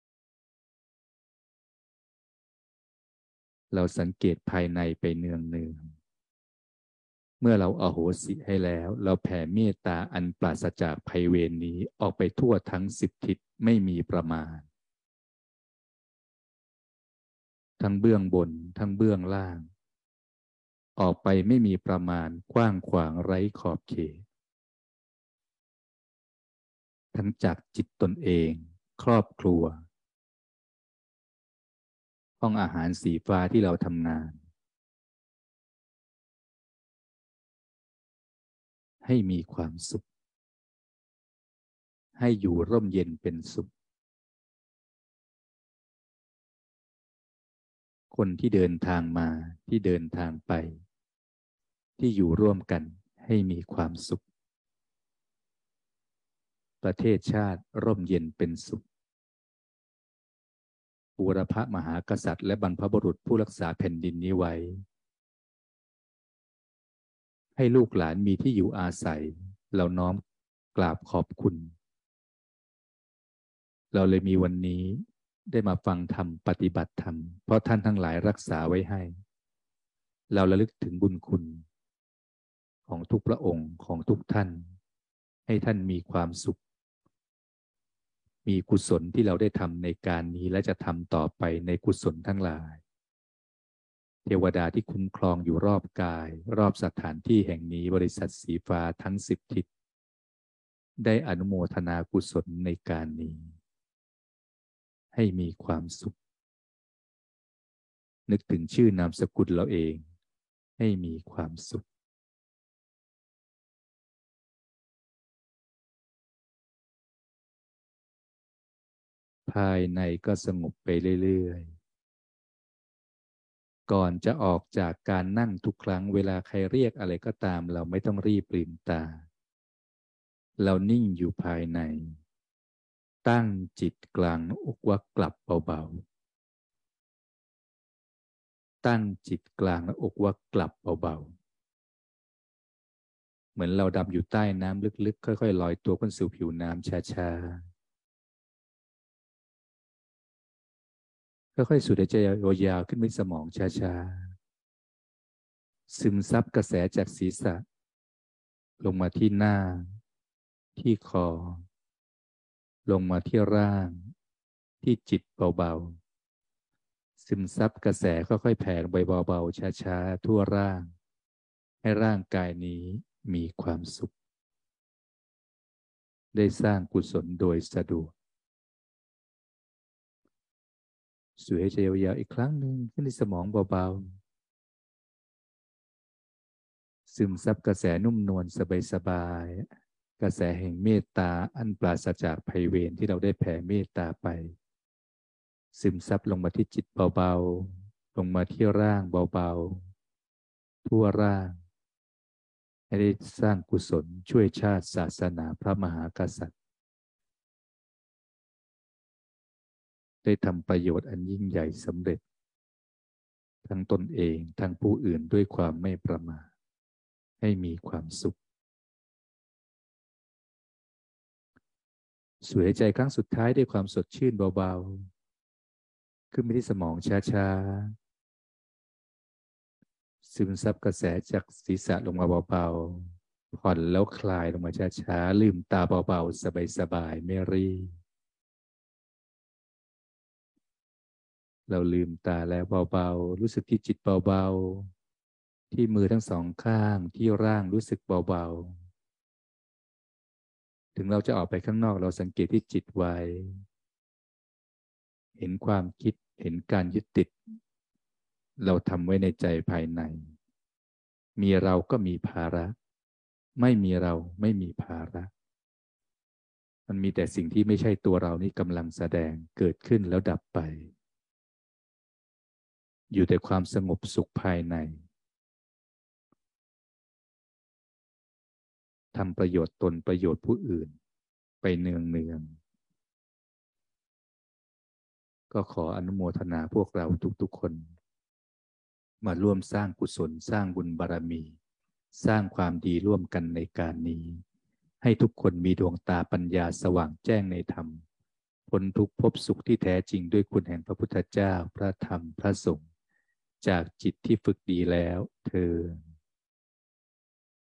Speaker 1: เราสังเกตภายในไปเนืองเนืองเมื่อเราอโหสิให้แล้วเราแผ่เมตตาอันปราศจากภัยเวรนี้ออกไปทั่วทั้งสิบทิศไม่มีประมาณทั้งเบื้องบนทั้งเบื้องล่างออกไปไม่มีประมาณกว้างขวางไร้ขอบเขตทั้งจากจิตตนเองครอบครัวห้องอาหารสีฟ้าที่เราทำงานให้มีความสุขให้อยู่ร่มเย็นเป็นสุขคนที่เดินทางมาที่เดินทางไปที่อยู่ร่วมกันให้มีความสุขประเทศชาติร่มเย็นเป็นสุขบูรพมหากษัตริย์และบรรพบุรุษผู้รักษาแผ่นดินนี้ไว้ให้ลูกหลานมีที่อยู่อาศัยเราน้อมกราบขอบคุณเราเลยมีวันนี้ได้มาฟังธรรมปฏิบัติธรรมเพราะท่านทั้งหลายรักษาไว้ให้เราระลึกถึงบุญคุณของทุกพระองค์ของทุกท่านให้ท่านมีความสุขมีกุศลที่เราได้ทำในการนี้และจะทำต่อไปในกุศลทั้งหลายเทวดาที่คุ้มครองอยู่รอบกายรอบสถานที่แห่งนี้บริษัทสีฟ้าทั้งสิบทิศได้อนุโมทนากุศลในการนี้ให้มีความสุขนึกถึงชื่อนามสกุลเราเองให้มีความสุขภายในก็สงบไปเรื่อยๆก่อนจะออกจากการนั่งทุกครั้งเวลาใครเรียกอะไรก็ตามเราไม่ต้องรีบลืมตาเรานิ่งอยู่ภายในตั้งจิตกลางอกว่ากลับเบาๆตั้งจิตกลางอกว่ากลับเบาๆเหมือนเราดำอยู่ใต้น้ำลึกๆค่อยๆลอยตัวขึ้นสู่ผิวน้ำช้าๆค่อยๆสูดหายใจยาวๆขึ้นไปสมองช้าๆซึมซับกระแสจากศีรษะลงมาที่หน้าที่คอลงมาที่ร่างที่จิตเบาๆซึมซับกระแสค่อยๆแผ่ลงไปเบาๆช้าๆทั่วร่างให้ร่างกายนี้มีความสุขได้สร้างกุศลโดยสะดวกสูดหายใจยาวๆอีกครั้งหนึ่งขึ้นที่สมองเบาๆซึมซับกระแสนุ่มนวลสบายๆกระแสแห่งเมตตาอันปราศจากภัยเวรที่เราได้แผ่เมตตาไปซึมซับลงมาที่จิตเบาๆลงมาที่ร่างเบาๆทั่วร่างให้ได้สร้างกุศลช่วยชาติศาสนาพระมหากษัตริย์ได้ทำประโยชน์อันยิ่งใหญ่สำเร็จทั้งตนเองทั้งผู้อื่นด้วยความไม่ประมาทให้มีความสุขสูดหายใจครั้งสุดท้ายด้วยความสดชื่นเบาๆขึ้นไปที่สมองช้าๆซึมซับกระแสจากศีรษะลงมาเบาๆผ่อนแล้วคลายลงมาช้าๆลืมตาเบาๆสบายๆไม่รีบเราลืมตาแล้วเบาๆรู้สึกที่จิตเบาๆที่มือทั้งสองข้างที่ร่างรู้สึกเบาๆถึงเราจะออกไปข้างนอกเราสังเกตที่จิตไว้เห็นความคิดเห็นการยึดติดเราทำไว้ในใจภายในมีเราก็มีภาระไม่มีเราไม่มีภาระมันมีแต่สิ่งที่ไม่ใช่ตัวเรานี่กำลังแสดงเกิดขึ้นแล้วดับไปอยู่แต่ความสงบสุขภายในทำประโยชน์ตนประโยชน์ผู้อื่นไปเนืองเนืองก็ขออนุโมทนาพวกเราทุกๆคนมาร่วมสร้างกุศลสร้างบุญบารมีสร้างความดีร่วมกันในการนี้ให้ทุกคนมีดวงตาปัญญาสว่างแจ้งในธรรมพ้นทุกข์พบสุขที่แท้จริงด้วยคุณแห่งพระพุทธเจ้าพระธรรมพระสงฆ์จากจิตที่ฝึกดีแล้วเทอญ